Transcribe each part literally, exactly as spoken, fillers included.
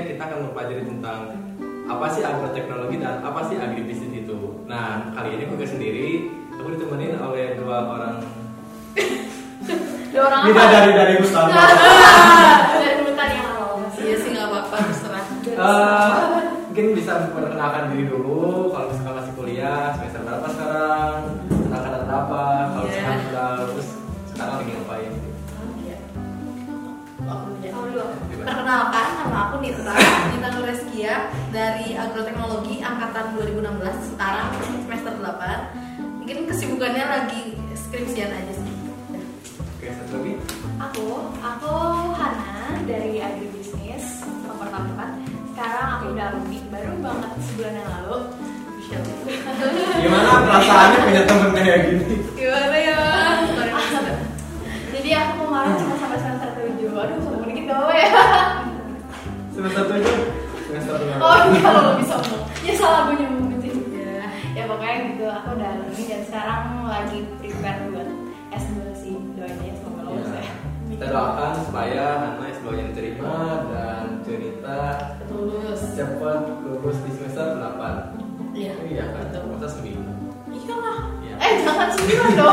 kita akan mempelajari tentang apa sih agroteknologi dan apa sih agribisnis itu. Nah, kali ini gue sendiri, aku ditemenin oleh dua orang. Dua orang Tidak apa? dari dari Gustavo. Dari hutan yang awal. Iya sih nggak apa-apa, terserah. Eh, mungkin bisa memperkenalkan diri dulu. Kalau misalkan masih kuliah, semester berapa sekarang? Angkatan berapa? Kalau Yeah. sekarang udah lulus, sekarang lagi ngapain? Iya. Aku dulu ya. Kamu dulu. Perkenalkan, nama aku Nita, Nita Nureskia dari Agroteknologi angkatan dua ribu enam belas, sekarang semester delapan. Mungkin kesibukannya lagi skripsian aja sih. Udah. Oke, satu lagi. Aku, aku Hana dari agribisnis nomor empat. Sekarang aku udah alumni, baru banget sebulan yang lalu. Gimana perasaannya punya temen kayak gini? Gimana ya? Jadi aku kemarin cuma sampai semester tujuh. Aduh, sombong dikit gak apa ya? Semester tujuh, semester delapan. Oh iya, kalau lebih sombong. Ya salah gue nyebutin. Ya. Ya pokoknya gitu, aku udah alumni dan sekarang lagi prepare buat S dua sih. Doain aja semoga lulus Ya. ya. Kita doakan supaya Hana S dua nya diterima dan Junita Lulus. cepat lulus di semester delapan. Iya. Iya kan, masa seminggu. Iya lah. Iya. Eh jangan sembilan dong.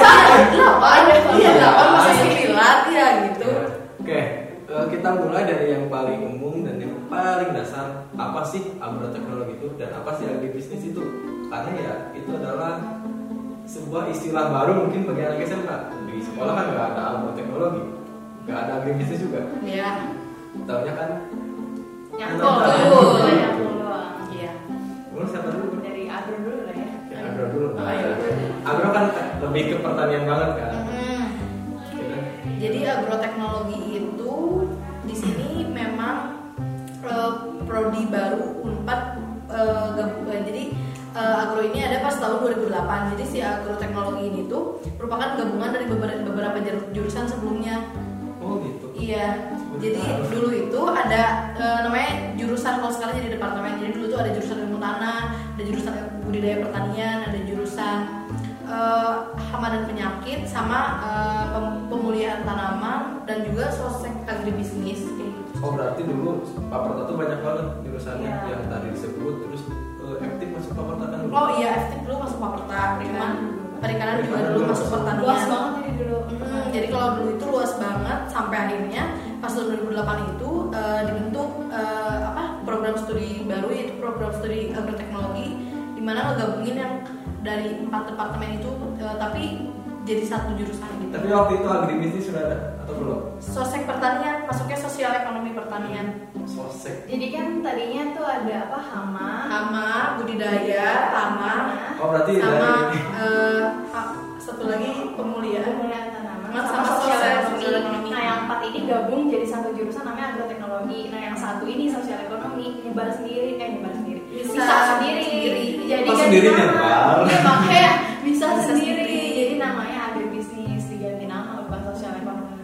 Delapan deh. Iya, delapan masa Iya. sembilan ya gitu. Ya. Oke, eh, kita mulai dari yang paling umum dan yang paling dasar. Apa sih agroteknologi itu dan apa sih agribisnis itu? Karena ya itu adalah sebuah istilah baru mungkin bagi anak S M K. Di sekolah kan nggak ada agroteknologi, nggak ada agribisnis juga. Iya. Taunya kan Nyangkul. Betul. Nyangkul doang. Iya. mulai siapa dulu? Dari agro dulu lah ya. Ya, agro dulu. Oh, iya. Agro kan lebih ke pertanian banget kan. Hmm. Gitu. Jadi agroteknologi itu di sini memang eh, prodi baru Unpad eh, gab- eh, jadi eh, agro ini ada pas tahun dua ribu delapan. Jadi si agroteknologi ini tuh merupakan gabungan dari beberapa, beberapa jur- jurusan sebelumnya. Oh gitu. Iya. Jadi dulu itu ada eh, namanya jurusan, kalau sekarang jadi departemen. Jadi dulu tuh ada jurusan ilmu tanah, ada jurusan budidaya pertanian, ada jurusan eh, hama dan penyakit, sama eh, pem- pemulihan tanaman, dan juga sosek agribisnis kayak gitu. Oh berarti dulu Paperta tuh banyak banget jurusannya Iya. yang tadi disebut, terus uh, aktif masuk Paperta kan dulu. Oh iya, aktif dulu masuk Paperta, cuman perikanan juga Perikanan dulu dulu masuk masuk. pertanian. Luas banget ini dulu. Hmm, jadi kalau dulu itu luas banget sampai akhirnya pas tahun dua ribu delapan itu eh, dibentuk eh, apa program studi baru, yaitu program studi agroteknologi, di mana ngegabungin yang dari empat departemen itu eh, tapi jadi satu jurusan gitu. Tapi waktu itu agribisnis sudah ada atau belum? Sosek pertanian, masuknya sosial ekonomi pertanian. Sosek. Jadi kan tadinya tuh ada apa hama, Hama, budidaya, tanah, Oh berarti sama dari eh, ha- satu lagi pemulihan. pemulihan tanaman, Sama sama sosial sosial ekonomi. ekonomi. Nah yang empat ini gabung jadi satu jurusan namanya agroteknologi. Nah yang satu ini sosial ekonomi, nyebar sendiri, eh nyebar sendiri, Bisa bisa, sendiri. sendiri. Jadi Oh, ganti sendiri nama. nyebar. Iya, makanya bisa, Bisa sendiri. sendiri. Jadi namanya agribisnis, diganti nama bukan sosial ekonomi.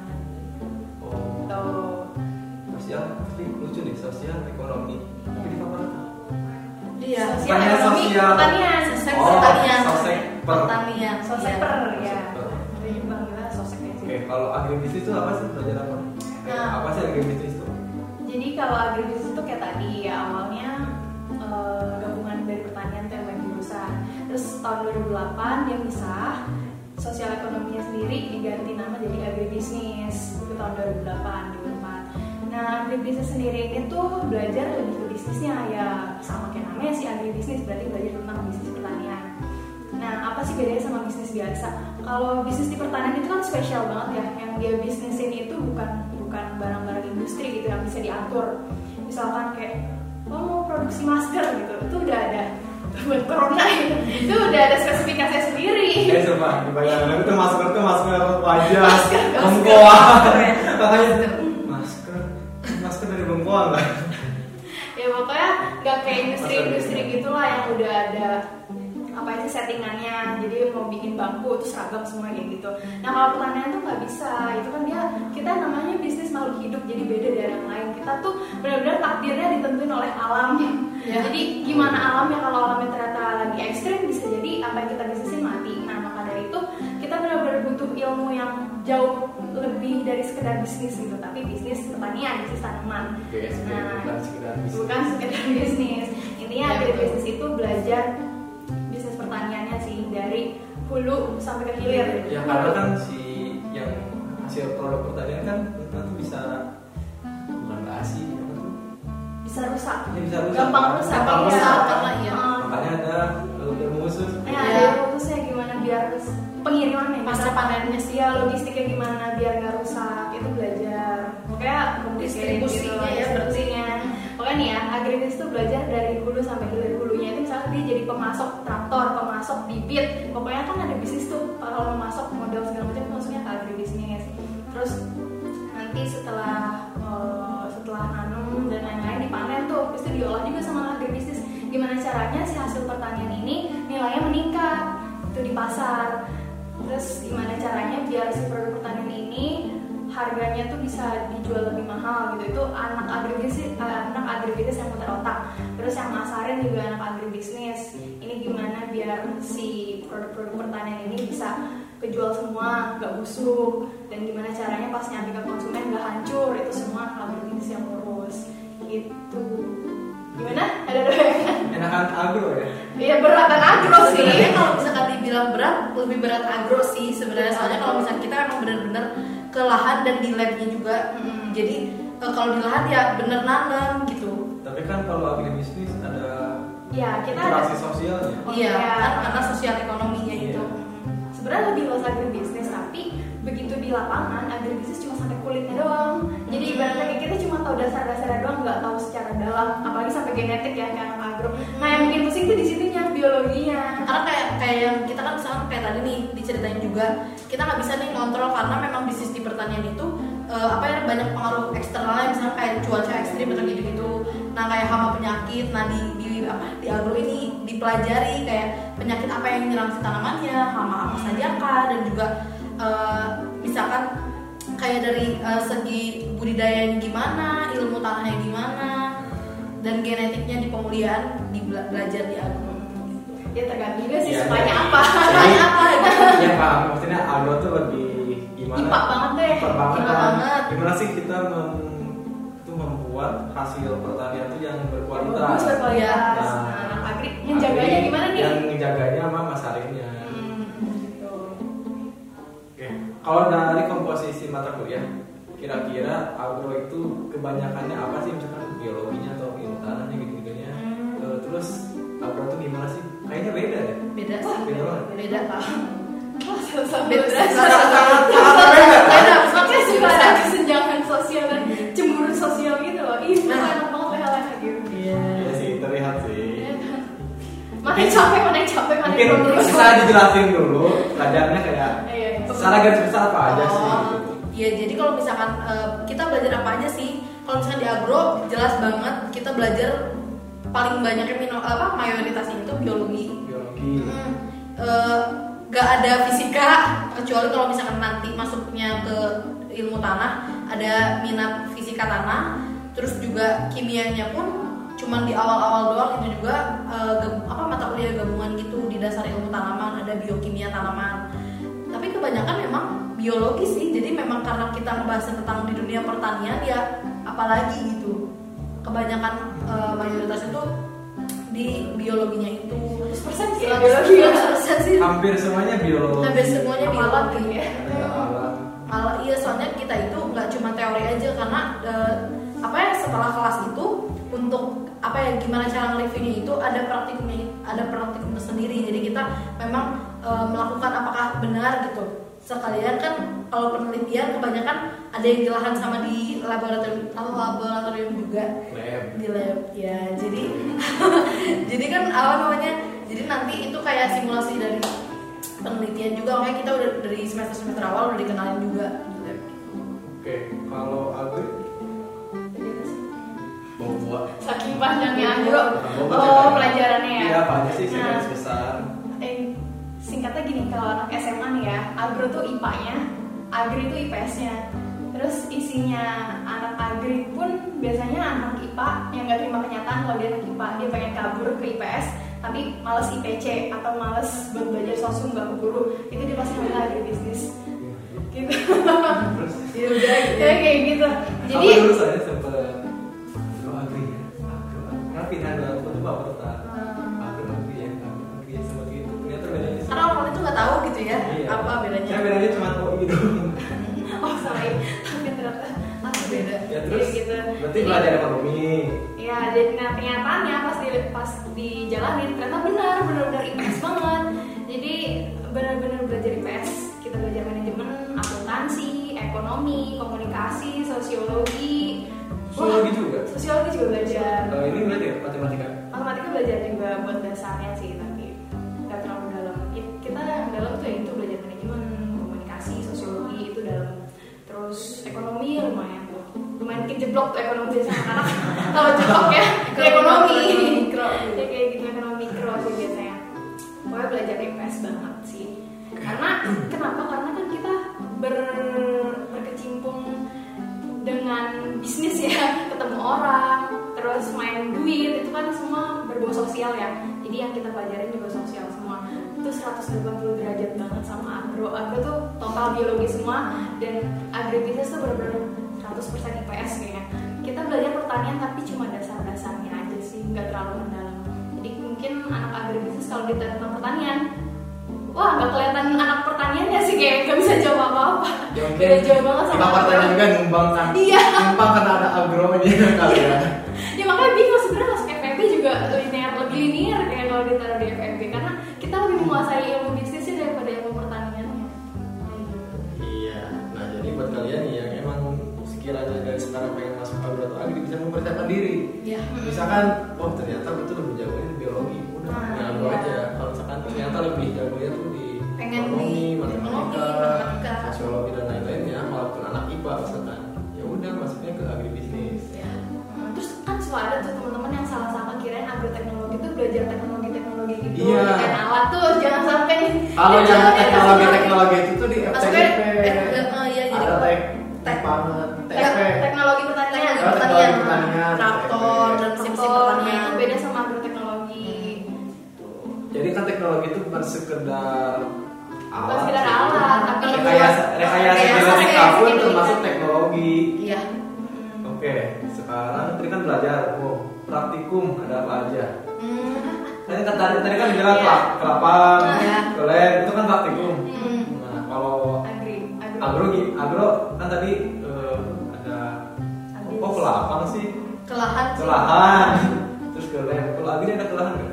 oh Tuh. sosial, tapi lucu nih sosial ekonomi. Tapi di Paperta. Iya. Sosial Bukannya ekonomi sosial. pertanian. Sosek Oh, pertanian. sosek per. pertanian. Sosek Iya. per ya. Per. Jadi panggilnya sosek aja. Oke, kalau agribisnis itu apa sih, belajar apa? Eh, Nah. apa sih agribisnis itu? Jadi kalau agribisnis itu kayak tadi ya, awalnya eh, gabungan dari pertanian tuh yang banyak jurusan. Terus tahun dua ribu delapan dia misah, sosial ekonominya sendiri diganti nama jadi agribisnis. Itu tahun dua ribu delapan di Unpad. Nah agribisnis sendiri ini tuh belajar lebih ke bisnisnya ya, sama kayak namanya sih agribisnis, berarti belajar tentang bisnis pertanian. Nah apa sih bedanya sama bisnis biasa? Kalau bisnis di pertanian itu kan spesial banget ya, yang dia bisnisin itu bukan bukan barang-barang industri gitu yang bisa diatur. Misalkan kayak oh mau produksi masker gitu, itu udah ada buat corona gitu. Itu udah ada spesifikasinya sendiri. Eh coba dibayangkan itu masker itu masker wajah, Masker, masker. bengkoang. Makanya masker, masker dari bengkoang lah. Ya pokoknya nggak kayak industri-industri gitulah yang udah ada apa sih settingannya, jadi mau bikin bangku itu seragam semua kayak gitu. Nah kalau pertanian tuh nggak bisa, itu kan dia kita namanya bisnis makhluk hidup, jadi beda dari yang lain. Kita tuh benar-benar takdirnya ditentuin oleh alam. Ya. Jadi gimana alamnya, kalau alamnya ternyata lagi ekstrim bisa jadi apa yang kita bisnisin mati. Nah maka dari itu kita benar-benar butuh ilmu yang jauh lebih dari sekedar bisnis gitu, tapi bisnis pertanian, bisnis tanaman. Oke, sebenarnya bukan sekedar sekedar bisnis. Bukan sekedar bisnis. Intinya Ya, agribisnis itu belajar bisnis pertaniannya sih dari hulu sampai ke hilir. Ya karena kan si yang hasil produk pertanian kan nanti bisa bukan basi, apa tuh? Bisa rusak. Ya, bisa rusak. Gampang rusak. Gampang iya. rusak, karena iya. Ah. Makanya ada ilmu khusus. Ya, Iya. ada khususnya gimana biar pengirimannya Pasca panennya sih. ya, logistiknya gimana biar nggak rusak, itu belajar. Makanya Distribusinya ya, distribusinya. Makanya nih ya, agribisnis itu belajar dari hulu sampai hilir. Hulunya itu misalnya dia jadi pemasok traktor, pemasok bibit. Pokoknya kan ada bisnis tuh, kalau memasok modal segala macam maksudnya ke agribisnis. Terus nanti setelah eh, setelah nanam dan lain-lain dipanen tuh, terus itu diolah juga sama agribisnis. Gimana caranya si hasil pertanian ini nilainya meningkat itu di pasar. Terus gimana caranya biar si produk pertanian ini harganya tuh bisa dijual lebih mahal gitu. Itu anak agribisnis, anak agribisnis yang putar otak. Terus yang masarin juga anak agribisnis. Ini gimana biar si produk-produk pertanian ini bisa kejual semua, nggak busuk, dan gimana caranya pas nyampe ke konsumen nggak hancur. Itu semua anak agribisnis yang ngurus. Gitu. Gimana? Ada doyangan? Enakan agro ya. Iya, beratan agro sih. Sebenarnya kalau misalkan dibilang berat, lebih berat agro sih sebenarnya. Soalnya kalau misalkan kita emang benar-benar ke lahan dan di labnya juga. Hmm. Jadi eh, kalau di lahan ya bener nanam gitu. Tapi kan kalau agribisnis ada Ya, kita interaksi ada. sosialnya. Oh, Iya, iya. kan karena sosial ekonominya Iya. itu. Sebenarnya lebih luas agribisnis, tapi begitu di lapangan agribisnis cuma sampai kulitnya doang. Jadi ibaratnya kayak kita cuma tahu dasar-dasarnya doang, nggak tahu secara dalam, apalagi sampai genetik ya kayak anak agro. Nah yang bikin pusing tuh di situnya biologinya. Karena kayak kayak yang kita kan misalkan kayak tadi nih diceritain juga, kita nggak bisa nih ngontrol karena memang bisnis di pertanian itu eh, apa ya banyak pengaruh eksternalnya, misalnya kayak cuaca ekstrim atau gitu-gitu. Nah kayak hama penyakit, nah di, di apa di agro ini dipelajari kayak penyakit apa yang menyerang si tanamannya, hama apa saja kah, dan juga eh, misalkan kayak dari eh, segi budidaya gimana, ilmu tanahnya gimana, dan genetiknya di pemulihan di bela- belajar di agro. Ya tergantung juga sih Iya, sukanya iya. apa. Sukanya apa gitu. Iya paham, maksudnya agro tuh lebih gimana? Ipa banget deh. Ipa banget. Ipa kan? banget. Gimana sih kita mem, tuh membuat hasil pertanian tuh yang berkualitas? Bagus berkualitas. Nah, Nah, anak agri menjaganya agri gimana nih? Yang menjaganya sama masarinnya. Hmm, gitu. Oke, kalau dari komposisi mata kuliah, kira-kira agro itu kebanyakannya apa sih, misalkan biologinya atau ilmu tanahnya gitu-gitunya? Hmm. Eh, terus agro itu gimana sih? Kayaknya beda deh. Beda sih. Beda banget. Beda Wah, sama Beda. beda. Makanya suka ada kesenjangan sosial dan cemburu sosial gitu loh. Ih, Nah. enak banget leha-leha gitu. Iya. Iya sih, terlihat sih. Mana yang capek, mana yang capek, mana Mungkin yang belum bisa dijelasin dulu pelajarannya kayak Iya, iya. secara garis besar apa aja sih? Oh, gitu. iya, jadi kalau misalkan eh, kita belajar apa aja sih? Kalau misalkan di agro jelas banget kita belajar paling banyaknya mino, apa mayoritasnya itu biologi. Biologi. Hmm, eh, gak ada fisika kecuali kalau misalkan nanti masuknya ke ilmu tanah ada minat fisika tanah. Terus juga kimianya pun cuman di awal-awal doang, itu juga eh, gab- apa mata kuliah gabungan gitu di dasar ilmu tanaman, ada biokimia tanaman. Tapi kebanyakan memang biologi sih. Jadi memang karena kita ngebahas tentang di dunia pertanian ya apalagi gitu. Kebanyakan eh, mayoritas itu di biologinya itu. seratus persen sih seratus biologi ya. persen sih. Hampir semuanya biologi. Hampir semuanya Apalah biologi. gitu ya. Ada alam. Malah iya, soalnya kita itu nggak cuma teori aja, karena eh, apa ya setelah kelas itu untuk apa ya gimana cara nge-reviewnya itu ada praktikumnya, ada praktikum sendiri. Jadi kita memang eh, melakukan apakah benar gitu. Sekalian kan kalau penelitian kebanyakan ada yang di lahan sama di laboratorium, laboratorium juga. Lab. Di lab ya. Jadi jadi kan apa namanya? Jadi nanti itu kayak simulasi dari penelitian juga, makanya kita udah dari semester semester awal udah dikenalin juga di lab. Oke, kalau agri mau buat Saking panjangnya agro. Mau buat Oh, apa? pelajarannya ya. Iya, apa aja sih Nah. garis besar? Eh, singkatnya gini, kalau anak S M A nih ya, agro tuh I P A-nya, agri itu I P S-nya. Terus isinya anak agri pun biasanya anak I P A yang nggak terima kenyataan kalau dia anak I P A, dia pengen kabur ke I P S, tapi males I P C atau males buat belajar sosum nggak ke guru, itu dia pasti ngambil agribisnis. Gitu. Terus Ya udah gitu. Ya kayak gitu. Jadi aku dulu saya sempet lo agri ya. pilihan aku tuh fakultas agronomi ya, agronomi ya seperti itu. Ternyata bedanya. Karena orang itu nggak tahu gitu ya Iya. apa bedanya. Ya bedanya cuma kok gitu. Oh sorry, tapi ternyata langsung beda. Ya terus, Jadi gitu. berarti belajar ekonomi. Ya, jadi nah, kenyataannya pas di pas dijalanin ternyata benar benar-benar I P S banget. Jadi benar-benar belajar I P S. Kita belajar manajemen, akuntansi, ekonomi, komunikasi, sosiologi. Sosiologi Wah, juga. Sosiologi juga belajar. Kalau ini berarti ya, matematika. Matematika belajar juga buat dasarnya sih, tapi nggak terlalu dalam. It- Kita yang dalam tuh ya itu belajar manajemen, komunikasi, sosiologi itu dalam. Terus ekonomi lumayan tuh, lumayan bikin jeblok tuh ekonomi biasanya anak. Kalau jeblok ya, di ekonomi. Mikro. Ya kayak gitu ekonomi mikro sih biasanya. Pokoknya belajar I P S banget sih. Karena kenapa? Karena kan kita ber, berkecimpung dengan bisnis ya, ketemu orang, terus main duit itu kan semua berbau sosial ya. Jadi yang kita pelajarin juga sosial semua. Itu seratus delapan puluh derajat banget sama agro. Agro tuh total biologi semua dan agribisnis tuh benar-benar seratus persen I P S kayaknya. Kita belajar pertanian tapi cuma dasar-dasarnya aja sih, nggak terlalu mendalam. Jadi mungkin anak agribisnis kalau ditanya tentang pertanian, wah nggak kelihatan anak pertaniannya sih, kayak nggak bisa jawab apa-apa. Ya mungkin Beda jauh banget sama kita partainya juga numbang kan. Iya. Numpang karena ada agronya kali ya. Ya makanya bingung sebenarnya masuk F E B juga linear, lebih linear kayak kalau ditaruh di F E B karena kita lebih menguasai ilmu bisnisnya daripada ilmu pertaniannya. Iya. Nah jadi buat kalian nih yang emang sekiranya dari sekarang pengen masuk agro atau agri bisa mempersiapkan diri. Iya. Misalkan, oh ternyata aku tuh lebih jagoin biologi, udah Nah, ya agro iya. aja. Kalau misalkan ternyata lebih jagonya tuh di Pengen ekonomi, di matematika, ekonomi, matematika. sosiologi dan lain-lainnya, walaupun anak I P A misalkan, ya udah masuknya ke agribisnis. Ya. Nah, terus kan suka ada tuh teman-teman yang salah sangka kirain agroteknologi itu belajar teknologi-teknologi gitu, Iya. kan alat tuh jangan sampai Kalau jangan yang sampai teknologi-teknologi itu tuh di Masuknya F T I P, eh, eh, iya jadi ada tek, tek banget, Ya, T P. teknologi pertanian. Oh, teknologi pertanian, traktor T P. dan mesin Sektor, nah, pertanian. itu beda sama agroteknologi. Jadi kan teknologi itu bukan sekedar Bukan alat, sekedar sih. alat, tapi rekayasa rekayasa rekayasa genetika sih, pun gitu. termasuk teknologi. Iya. Oke, sekarang tadi kan belajar, oh praktikum ada apa aja? Hmm. Tadi kan tadi, tadi kan bilang Iya. pak ke lapang, Iya. ke lab itu kan praktikum. Hmm. Nah kalau Agri, agro. agro gi- agro kan tadi eh, ada Habis. oh ke lapang sih, Ke lahan ke sih. lahan, terus ke lab. Kalau agri ada ke lahan nggak?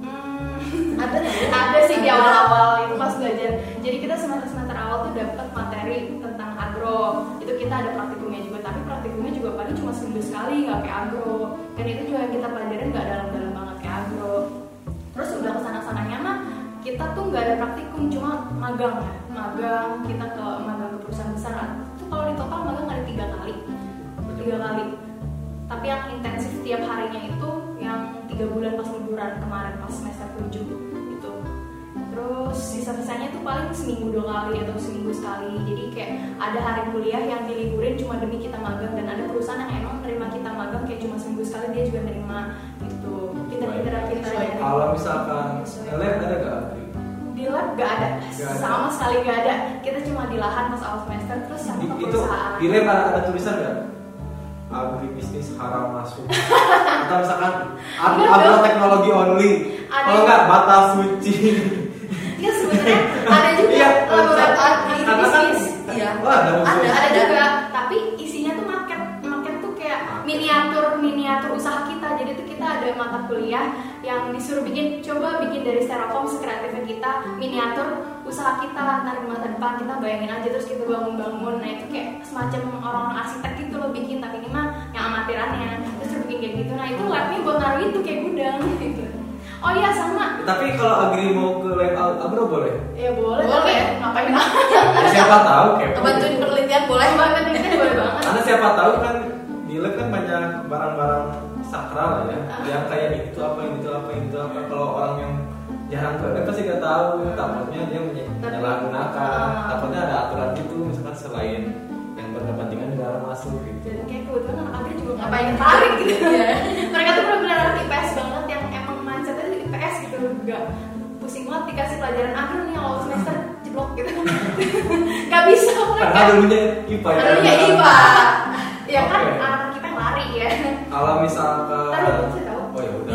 Hmm. Ada nggak ya? Ada sih di awal-awal itu pas belajar. Jadi kita semester-semester awal tuh dapat materi tentang agro. Itu kita ada praktikumnya juga, tapi praktikumnya juga paling cuma seminggu sekali, nggak kayak agro. Dan itu juga yang kita pelajarin nggak dalam-dalam banget kayak agro. Terus udah kesana-sananya mah kita tuh nggak ada praktikum, cuma magang ya. Magang kita ke magang ke perusahaan besar. Itu kalau di total magang ada tiga kali, tiga kali. Tapi yang intensif tiap harinya itu yang tiga bulan pas liburan kemarin pas semester tujuh itu. Terus sisa-sisanya tuh paling seminggu dua kali atau seminggu sekali. Jadi kayak ada hari kuliah yang diliburin cuma demi kita magang, dan ada perusahaan yang emang nerima kita magang kayak cuma seminggu sekali, dia juga nerima gitu. Kita-kita kita Sesuai. Kalau misalkan lab ada nggak agri? di lab gak ada, Gak ada. sama sekali gak ada. Kita cuma di lahan pas awal semester, terus sama Di, ke itu perusahaan. di lab ada, ada tulisan nggak? Agribisnis haram masuk. Atau misalkan ag- Enggak dong. agroteknologi only. Ada. Kalau nggak batas suci. Iya sebenarnya ada juga Iya, laboratorium karena kan- agribisnis. Iya. Wah, ada Ada, unsur. ada juga, tapi isinya tuh market, market tuh kayak miniatur miniatur usaha kita. Jadi tuh kita ada mata kuliah yang disuruh bikin, coba bikin dari styrofoam sekreatifnya kita, miniatur usaha kita ntar di masa depan. Kita bayangin aja terus kita bangun-bangun. Nah itu kayak semacam orang-orang arsitek gitu loh bikin, tapi ini mah yang amatirannya. Terus terus bikin kayak gitu. Nah itu labnya buat naruh itu kayak gudang gitu. Oh iya sama. Tapi kalau agri mau ke lab ag- agro boleh. Ya boleh. Boleh. Tapi ngapain aja? Siapa tahu kepo. Bantuin penelitian boleh. Banget ini boleh banget. Karena siapa tahu kan di lab kan banyak barang-barang sakral ya, yang kayak itu apa, ini itu apa, ini itu apa. Kalau orang yang jarang ke lab pasti nggak tahu, takutnya dia menye- menyalahgunakan, takutnya ada aturan gitu, misalkan selain yang berkepentingan negara masuk gitu. Dan kayak kebetulan anak agri juga Ngapain ngapain tarik gitu. Iya. Mereka tuh benar-benar anak I P S banget yang emang mindsetnya tuh I P S gitu, gak pusing banget dikasih pelajaran agro nih awal semester jeblok gitu. Gak bisa Karena mereka. dulunya I P A ya. Dulunya I P A. Ya kan Oke. anak kita yang lari ya. Kalau misalkan, Taruh, saya tahu. oh ya udah.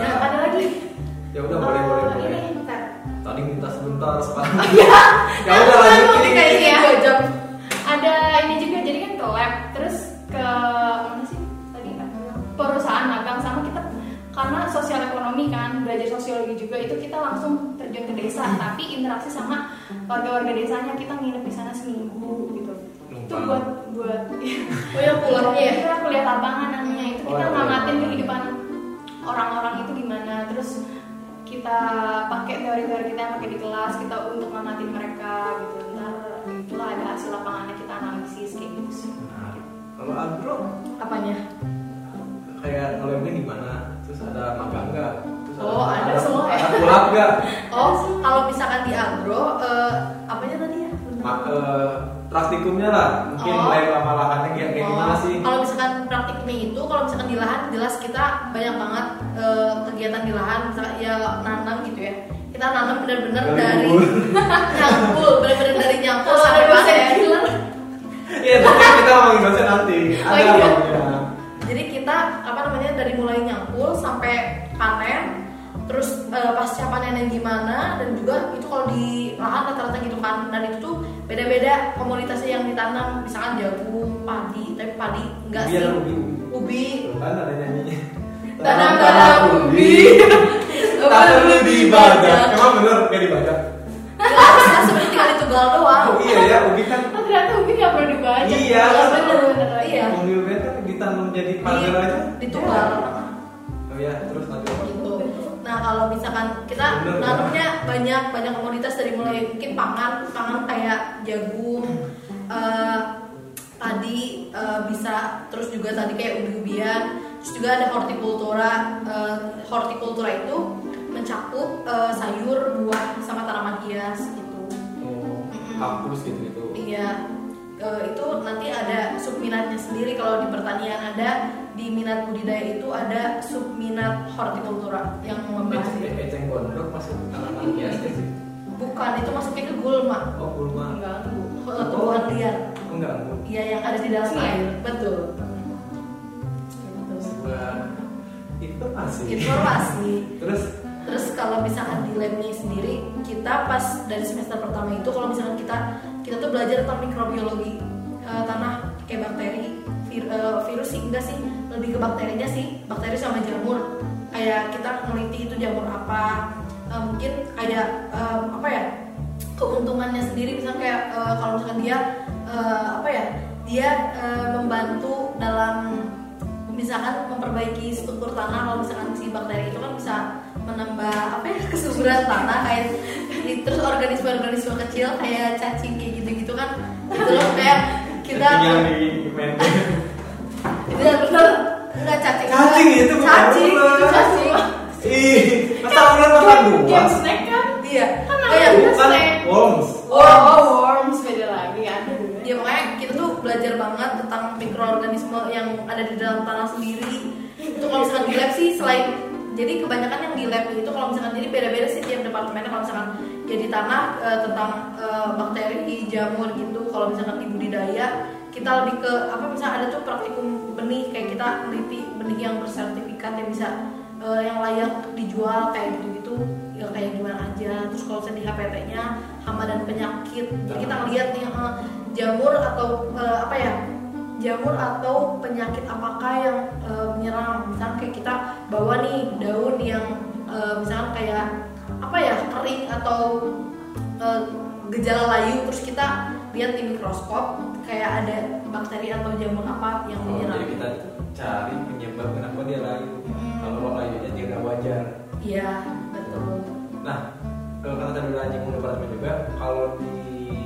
Ya udah boleh boleh Oh, boleh. ini bentar. Tadi minta sebentar sekarang. Iya. Ya udah lanjutin. Kayaknya ya. dua jam. Ada ini juga, jadi kan ke lab, terus ke mana sih tadi kan? Perusahaan magang, sama kita karena sosial ekonomi kan, belajar sosiologi juga, itu kita langsung terjun ke desa, tapi interaksi sama warga-warga desanya, kita nginep di sana seminggu gitu. Itu buat buat Oh ya pulangnya ya. kita kuliah lapangan namanya, itu kita Oh, iya. ngamatin kehidupan orang-orang itu gimana, terus kita pakai teori-teori kita yang pakai di kelas, kita untuk ngamatin mereka gitu. Ntar itulah ada hasil lapangannya, kita analisis kayak gitu sih. Nah, kalau agro Apanya? kayak ngelabnya gimana? Terus ada magang nggak? Terus Oh, ada semua ya? Ada pulak nggak? Oh, kalau misalkan di agro, eh, apanya tadi ya? Ma- eh, praktikumnya lah, mungkin Oh. mulai lama lahannya kayak kayak gimana Oh, sih? Kalau misalkan praktiknya itu, kalau misalkan di lahan, jelas kita banyak banget eh, kegiatan di lahan, misalkan ya nanam gitu ya. Kita nanam benar-benar Dari dari kubur. nyangkul, benar-benar dari nyangkul Kalau sampai ada dosen panen. killer. Iya, tapi kita ngomongin dosen nanti. Oh, Ada iya. baunya. Jadi kita apa namanya dari mulai nyangkul sampai panen, terus eh, pasca panennya gimana, dan juga itu kalau di lahan rata-rata gitu kan, dan itu tuh beda-beda komoditasnya yang ditanam, misalkan jagung, padi, tapi padi enggak Ubi sih, ada ubi. ubi, Tuh kan ada nyanyinya. tanam-tanam ubi, Tak perlu dibajak. Emang bener kayak dibajak? jelasnya seperti tinggal ditugal doang. Oh iya ya, ubi kan. Oh, ternyata ubi nggak perlu dibaca. Iya, bener kan. bener. Iya. Mobilnya kan ditanam jadi pagar Di- aja. ditugal. Oh iya, terus lanjut. Gitu. Nah kalau misalkan kita Bener, nanamnya banyak banyak komoditas dari mulai mungkin pangan pangan kayak jagung, eh, tadi eh, bisa, terus juga tadi kayak ubi-ubian, terus juga ada hortikultura. Eh, hortikultura itu mencakup eh, sayur, buah, sama tanaman hias gitu. Oh, kampus gitu gitu. Iya. Eh, itu nanti ada subminatnya sendiri. Kalau di pertanian ada, di minat budidaya itu ada subminat hortikultura yang membahas itu. Eceng eceng gondok masuk tanaman hias sih. Bukan, itu masuknya ke gulma, Oh, gulma. Enggak. ke tumbuhan liar. Enggak, enggak. Iya, yang ada di dalam Iya. air. Betul. Gitu. Sebuah informasi. Informasi. Terus Terus kalau misalkan di labnya sendiri, kita pas dari semester pertama itu, kalau misalkan kita kita tuh belajar tentang mikrobiologi eh, tanah, kayak bakteri, vir- eh, virus sih enggak sih, lebih ke bakterinya sih, bakteri sama jamur. Kayak kita meneliti itu jamur apa, eh, mungkin kayak eh, apa ya, keuntungannya sendiri, misalnya kayak eh, kalau misalkan dia eh, apa ya, dia eh, membantu dalam misalkan memperbaiki struktur tanah. Kalau misalkan si bakteri itu kan bisa menambah apa ya, kesuburan tanah, kayak terus organisme-organisme kecil kayak cacing kayak gitu-gitu kan, itu loh kayak kita tinggal di Mendes. itu yang bener nggak cacing Cacing itu bukan cacing ular. itu cacing Ih, masa ular makan Game buah? snack kan? iya Kan kayak namanya Bukan snack. worms. Oh, worms beda lagi, ada juga. ya makanya kita tuh belajar banget tentang mikroorganisme yang ada di dalam tanah sendiri. Itu kalau misalkan di lab sih, selain jadi kebanyakan yang di lab itu kalau misalkan jadi beda-beda sih tiap departemennya. Kalau misalkan ya di tanah eh, tentang eh, bakteri, jamur gitu. Kalau misalkan di budidaya kita lebih ke apa, misalnya ada tuh praktikum benih, kayak kita meneliti benih yang bersertifikat yang bisa eh, yang layak dijual kayak gitu-gitu, ya kayak gimana aja. Terus kalau misalnya di H P T-nya hama dan penyakit, jadi kita ngeliat nih eh, jamur atau eh, apa ya, jamur atau penyakit apakah yang e, menyerang. Misalnya kayak kita bawa nih daun yang e, misalnya kayak apa ya, kering atau e, gejala layu, terus kita lihat di mikroskop kayak ada bakteri atau jamur apa yang Oh, menyerang. jadi kita cari penyebab kenapa dia layu. Hmm. Kalau layunya dia nggak wajar. Iya, betul. Nah, kalau karena tadi udah nyinggung departemen juga, kalau di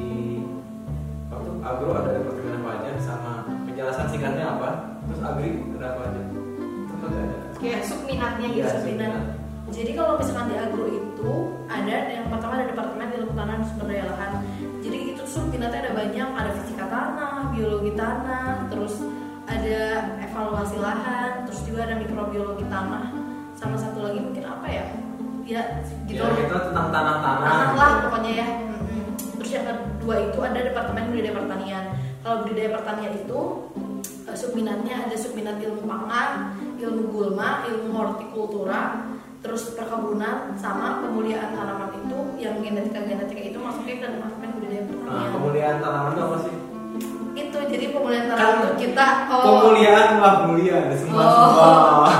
waktu agro ada departemen apa aja, sama penjelasan singkatnya apa, terus agri ada apa aja? Itu nggak ada. Kayak subminatnya gitu. Iya, Subminat. Jadi kalau misalkan di agro itu ada yang pertama ada departemen ilmu tanah dan sumber daya lahan. Jadi itu subminatnya ada banyak, ada fisika tanah, biologi tanah, terus ada evaluasi lahan, terus juga ada mikrobiologi tanah, sama satu lagi mungkin apa ya? Ya gitu. Ya, kita tentang tanah-tanah. Tanah lah pokoknya ya. Mm-mm. Terus yang kedua itu ada departemen budidaya pertanian. Kalau budidaya pertanian itu subminatnya ada subminat ilmu pangan, ilmu gulma, ilmu hortikultura, terus perkebunan sama pemuliaan tanaman itu yang genetika genetika itu masuknya ke departemen budidaya pertanian. Nah, pemuliaan tanaman itu apa sih? Itu jadi pemuliaan tanaman itu kita oh, pemuliaan lah mulia semua Oh. semua.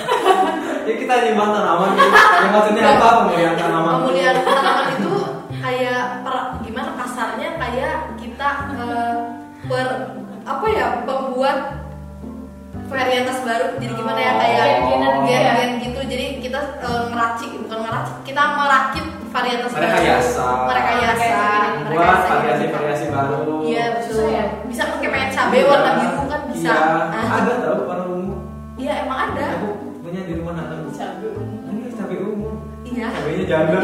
Ya kita nyimpan tanaman gitu. Ya, maksudnya apa pemuliaan tanaman? pemulihaan tanaman itu kayak per, gimana kasarnya kayak kita eh, per apa ya membuat varietas baru. Jadi gimana ya kayak Gen-genan gitu ya. gen-gen gitu. Jadi kita eh, ngeracik bukan ngeracik, kita merakit varietas Merekayasa. baru. Merekayasa. Buat merekayasa variasi-variasi baru. Iya betul. Susah ya? Bisa pakai pengen cabai warna biru kan bisa. Iya, Nah, ada tahu warna ungu. Iya emang ada. Aku punya di rumah nanam. Cabai ungu. Ini cabai ungu. Iya. Cabainya janda.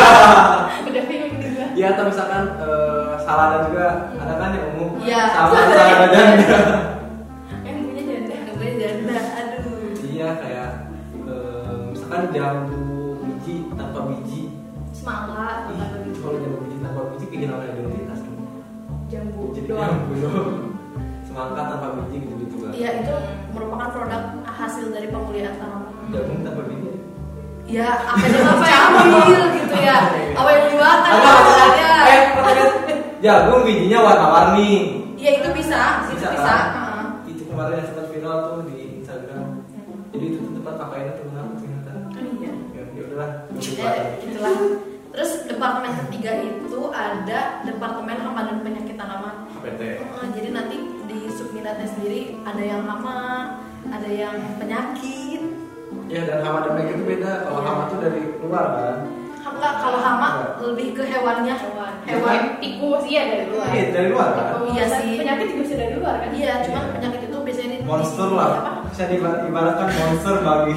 Udah bingung juga. Iya, atau misalkan eh, salada juga ada kan yang ungu. Iya. Sama salada janda. Yang punya janda. Gue janda. Aduh. Iya, kayak eh, misalkan jambu biji tanpa biji. Semangka Ih, tanpa biji. kalau jambu biji tanpa biji bikin orang identitas kan. Jambu Jadi doang. jambu doang. Semangka tanpa biji gitu-gitu kan. Iya itu merupakan produk hasil dari pemulihaan tanaman. Jagung tanpa biji. Ya apa yang apa ambil gitu ya? Apa yang dimakan? Ada makanannya? eh pertanyaan, jagung bijinya warna-warni. Iya itu bisa, itu Bisa, bisa. kan? Heeh. Itu kemarin yang sempat viral tuh di Instagram. Jadi itu tuh tempat pakaiannya tuh kenapa ternyata. Iya. Ya ya udahlah. Eh, itulah. Terus departemen ketiga itu ada departemen hama dan penyakit tanaman. H P T. Heeh, jadi nanti di subminatnya sendiri ada yang hama, ada yang penyakit. Ya dan hama dan penyakit itu beda. Kalau Iya. hama tuh dari luar kan. Enggak, kalau hama lebih ke hewannya. Hewan. Hewan. Tikus iya dari luar. Iya dari luar kan. Iya sih. Penyakit juga bisa dari luar kan? Iya, cuman penyakit itu biasanya di Monster di- lah. apa? Bisa diibaratkan monster bagi.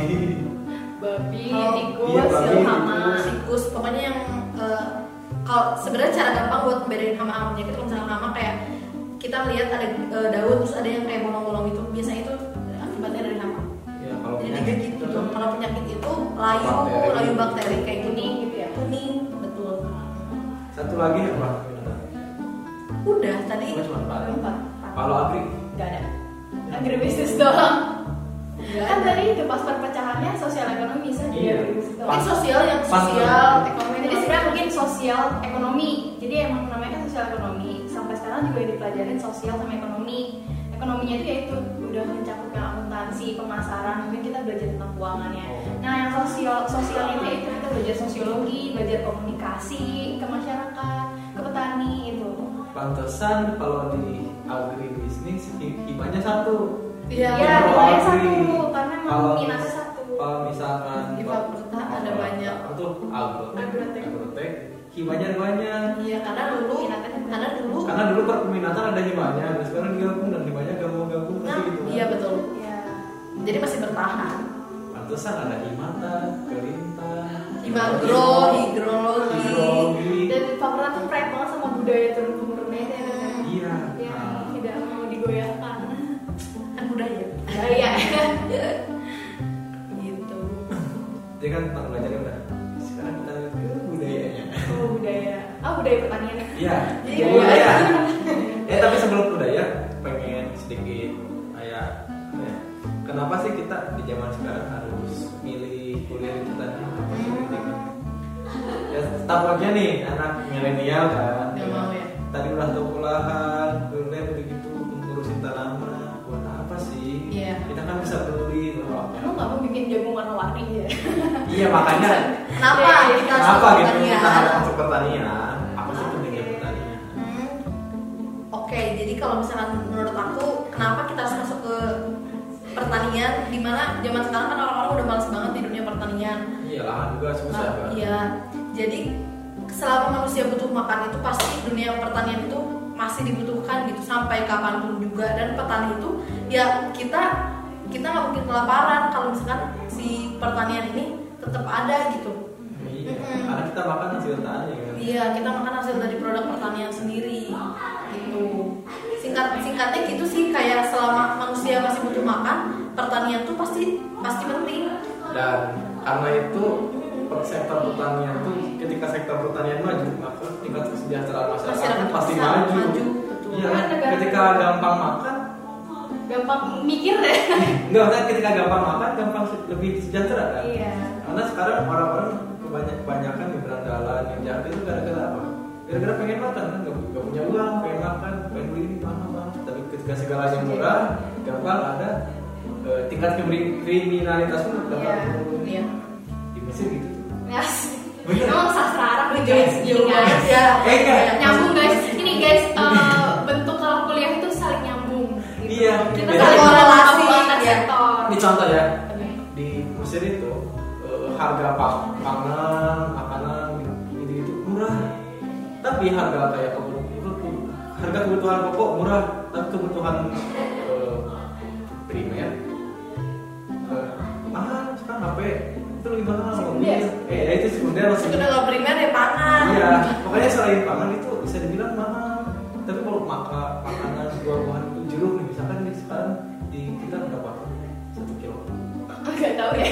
Babi, Oh, tikus, iya, babi, hama. tikus. Sikus, pokoknya yang eh, kalau sebenarnya cara gampang buat bedain hama sama penyakit, kalau misalnya hama kayak kita lihat ada eh, daun terus ada yang kayak bolong-bolong itu, biasanya itu akibatnya dari hama. Ya kalau Jadi penyakit kayak gitu. Kalau penyakit itu layu, Bakteri. layu bakteri kayak Kuning gini, gitu ya? kuning, betul. satu lagi apa? Udah tadi. Cuma cuma empat. Empat. Kalau agri Gak ada. Agribisnis doang. Nggak Kan ada. tadi itu pas perpecahannya sosial ekonomi bisa jadi Iya. agribisnis doang. Mungkin sosial yang Pas sosial, banget. ekonomi. Jadi sebenarnya mungkin sosial ekonomi. Jadi emang namanya kan sosial ekonomi. Sampai sekarang juga dipelajarin sosial sama ekonomi. Ekonominya itu yaitu udah mencakup yang akuntansi, pemasaran, mungkin kita belajar tentang keuangannya. Nah, yang sosial sosialnya itu yaitu kita belajar sosiologi, belajar komunikasi ke masyarakat, ke petani itu. pantesan kalau di agribisnis hi- hibahnya satu. Iya. Iya, Kalau nilainya agri, satu karena memang kalau- minatnya satu. Kalau misalkan Di fakultas ada banyak. Itu agrotek, Agrotek. agrotek, hibahnya ada banyak. Iya, karena dulu, Minatnya banyak. karena dulu. Karena dulu perminatan ada hibahnya, dan sekarang digabung dan hibahnya gak mau gabung Nah, pasti gitu. iya betul. Ya. Jadi masih bertahan. Pantesan ada himata, kelintan, Himagro, hidrologi. hidrologi. Dan fakultas tuh proyek banget sama budaya turun temurunnya itu ya. kan? Iya. Yang Nah, tidak mau digoyahkan. Kan budaya. Budaya. Gitu. jadi kan tentang belajarnya udah. Sekarang kita lihat ke budayanya. Oh budaya. Ah budaya pertanian. Iya, Iya. budaya. Eh tapi sebelum budaya, pengen sedikit kayak apa ya, kenapa sih kita di zaman sekarang harus milih kuliah itu tadi? Ya, tampaknya nih anak milenial kan. Nggak mau ya. Tadi udah tahu olahan, kuliah begitu ngurusin tanaman, buat apa sih? Iya. Kita kan bisa beli loh. Emang nggak mau bikin jagung warna-warni ya? Iya makanya. Kenapa Iya, iya. kita Kenapa masuk gitu pertanian? kita harus masuk pertanian? Apa sih pentingnya Oke. pertanian? Hmm. Oke, jadi kalau misalkan menurut aku, kenapa kita harus masuk ke pertanian? Dimana zaman sekarang kan orang-orang udah males banget di dunia pertanian. Iya lahan juga susah Nah, kan. iya. Jadi selama manusia butuh makan itu pasti dunia pertanian itu masih dibutuhkan gitu sampai kapanpun juga, dan petani itu ya kita kita nggak mungkin kelaparan kalau misalkan si pertanian ini tetap ada gitu. Iya. Mm-mm. Karena kita makan hasil tani kan. Iya, kita makan hasil dari produk pertanian sendiri gitu. Singkat singkatnya gitu sih, kayak selama manusia masih butuh makan, pertanian tuh pasti pasti penting. Dan karena itu per- sektor pertanian tuh ketika sektor pertanian maju maka tingkat kesejahteraan masyarakat Masyarakat pun pasti bisa maju. maju, betul. Iya Kan kan? negara- Ketika gampang makan gampang mikir deh. Enggak, maksudnya ketika gampang makan, gampang lebih sejahtera kan? Iya. Karena sekarang orang-orang kebanyakan kebanyakan di berandalan yang jahat itu gara-gara apa? Gara-gara pengen makan kan, nggak, nggak punya uang, pengen makan, pengen beli ini mahal banget. Tapi ketika segalanya murah, gampang ada eh, tingkat kriminalitas pun dapat Iya. turun. Iya. Di Mesir gitu. Yes. Bener. Emang sastra Arab nih Jauh guys, ini jauh banget guys. ya. Eh, enggak. Nyambung guys, ini guys eh, bentuk kalau kuliah itu saling nyambung. Gitu. Iya. Kita Beda. saling Korelasi, korelasi antar iya. sektor. Ini contoh ya, di Mesir itu eh, harga pa- pangan, makanan gitu itu murah. Tapi harga kayak kebutuhan, harga kebutuhan pokok murah, tapi kebutuhan eh, primer eh, mahal. Sekarang H P itu lebih mahal. Sekunder. Eh, ya itu sekunder masih. Itu kalau primer ya pangan. Iya, pokoknya selain pangan itu bisa dibilang mahal. Tapi kalau maka makanan buah-buahan itu jeruk nih, misalkan di sekarang di kita berapa? Satu kilo. Enggak tahu ya.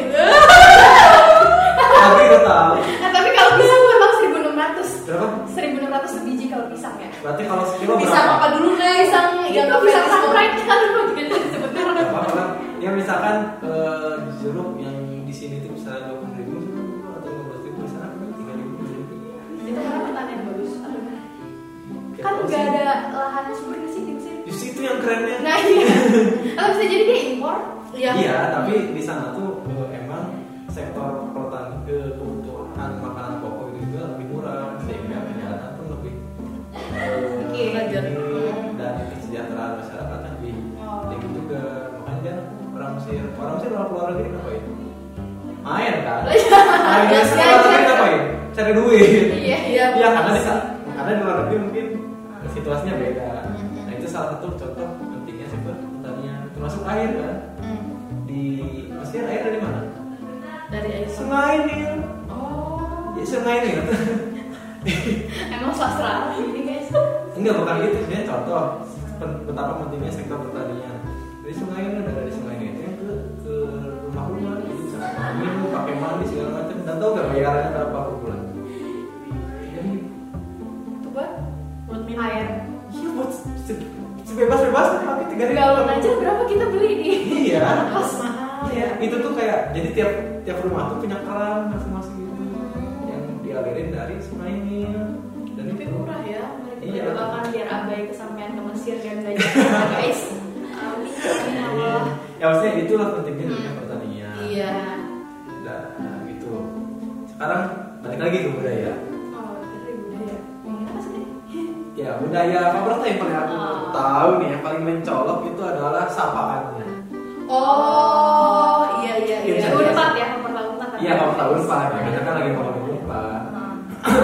Tapi udah tahu. Nah, tapi kalau pisang memang seribu enam ratus. Berapa? seribu enam ratus sebiji kalau pisang ya. Berarti kalau sekilo Bisa berapa? apa dulu guys? Pisang yang itu pisang sunrise kan juga disebut Gak apa-apa kan? Ya misalkan eh, jeruk yang di sini itu bisa dua puluh ribu atau lima belas ribu, di sana tiga ribu. itu karena pertanian bagus. Atau gimana? Ya, Kan kalau nggak sih- ada lahan subur di sini di sini. Justru itu yang kerennya. Nah iya. Atau bisa jadi dia impor. Iya. Iya, tapi di sana tuh eh, emang sektor pertanian ke kebutuhan makanan pokok itu juga lebih murah sehingga kesehatan pun lebih eh, Oke. ini, dan kesejahteraan masyarakatnya lebih Oh. tinggi juga. Makanya kan orang Mesir, orang Mesir kalau keluar negeri ngapain? Main kan? Main Iya, ke iya, luar negeri iya. ngapain? Cari duit. Iya. Iya. Iya, karena di sana, karena di luar negeri mungkin situasinya beda. Nah itu salah satu contoh pentingnya sektor pertanian, termasuk air kan. Hmm. Di Mesir air dari mana? Dari air Sungai Nil. Oh. Ya Sungai Nil. Emang sastra ini guys. Enggak, bukan gitu. Ini contoh pen- betapa pentingnya sektor pertanian. Dari Sungai Nil dan dari Sungai Nil itu yang ke ke rumah-rumah, jadi bisa minum, pakai mandi segala macam. Dan tahu nggak bayarannya berapa per bulan? Jadi Itu buat Buat minum. air. iya buat se- sebebas-bebasnya pakai tiga ribu. Galon aja berapa kita beli di? Iya. Pas mahal ya. Itu tuh kayak jadi tiap tiap rumah tuh punya keran masing-masing gitu yang dialirin dari Sungai Nil. Dan Tapi itu murah ya. Iya. Kita doakan biar Abai kesampaian ke Mesir dan belajar sana, guys. Amin. Amin ya Allah. Ya maksudnya itulah pentingnya dunia pertanian. Iya. Nah, gitu. Sekarang balik lagi ke budaya. Oh, dari budaya. Yang ini apa sih? Ya, budaya favorit yang paling aku Oh. tahu nih, yang paling mencolok itu adalah sapaannya. Oh, iya iya Iya, iya. bisa. Tahun empat ya, nomor tahun empat. Iya, kalau tahun Pak, ya, kita kan lagi ngomong tahun Pak. Hmm.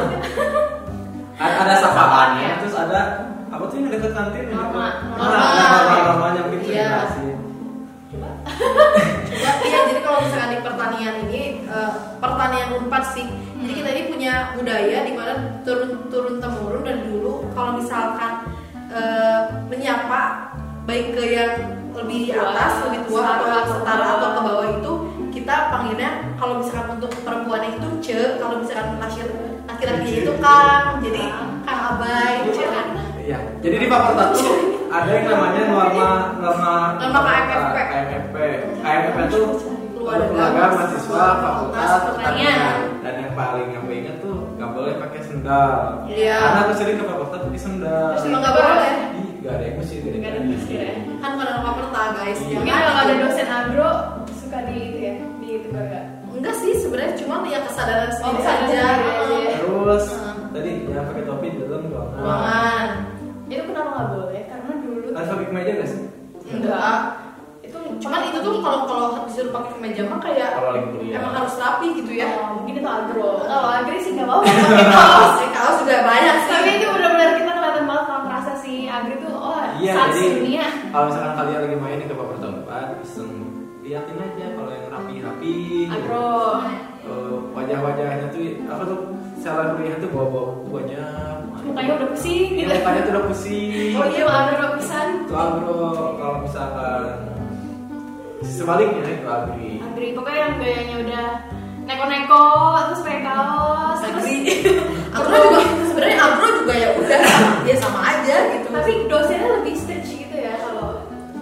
Ada, ada sapaannya, terus ada apa tuh yang dekat kantin? yang Norma. dekat- Norma. Nah, norma-normanya mungkin bisa Iya. dijelasin. Coba. Ya, iya, jadi kalau misalkan di pertanian ini eh, pertanian Unpad sih. Jadi kita ini punya budaya di mana turun turun temurun dan dulu kalau misalkan eh, menyapa baik ke yang lebih di atas, lebih tua atau Setara, setara atau atau ke bawah itu kita panggilnya kalau misalkan untuk perempuannya itu ce, kalau misalkan laki laki-laki itu kang, jadi kang abai, ce. Iya. Jadi di Fakultas tuh ada yang namanya norma norma Norma K M F P. K M F P. K M F P itu Keluarga, keluarga mahasiswa Fakultas Fakultas Pertanian. Dan yang paling aku ingat tuh nggak boleh pakai sendal. Iya. Karena aku sering ke fakultas pakai sendal. Terus emang nggak boleh. Ih, nggak ada yang mesti Nggak ada yang mesti ya. Kan pada norma perta guys. Iya. Yang Mungkin kalau ada dosen agro suka di itu ya, di itu juga. enggak sih sebenarnya cuma ya kesadaran Oh, sendiri kesadaran aja. sendiri aja. Heeh. Terus Heeh. tadi ya pakai topi di dalam ruangan. Ruangan. Itu kenapa nggak boleh? Karena dulu Harus pakai kemeja nggak sih? Enggak. itu Cuman itu tuh kalau kalau disuruh pakai kemeja mah kayak Kalau lagi kuliah. emang harus rapi gitu ya. oh, mungkin itu agro. Kalau agri sih nggak mau pakai kaos. Kaos, kaos juga banyak sih. Tapi itu benar-benar kita kelihatan banget kalau merasa si agri tuh oh Iya, saksi jadi dunia. kalau misalkan kalian lagi main di ke fakultas empat, iseng liatin aja kalau yang rapi-rapi. gitu. Agro. Eh, wajah-wajahnya tuh apa tuh salah kuliah tuh bawa-bawa buku banyak. Mukanya udah pusing gitu. Iya, mukanya tuh udah pusing. Oh iya, agro pisan. Itu agro. Kalau misalkan sebaliknya itu agri. Agri pokoknya yang gayanya udah neko-neko terus pakai kaos terus Agri. Agro juga sebenarnya agro juga ya udah ya sama aja gitu. tapi dosennya lebih strict gitu ya kalau Cuman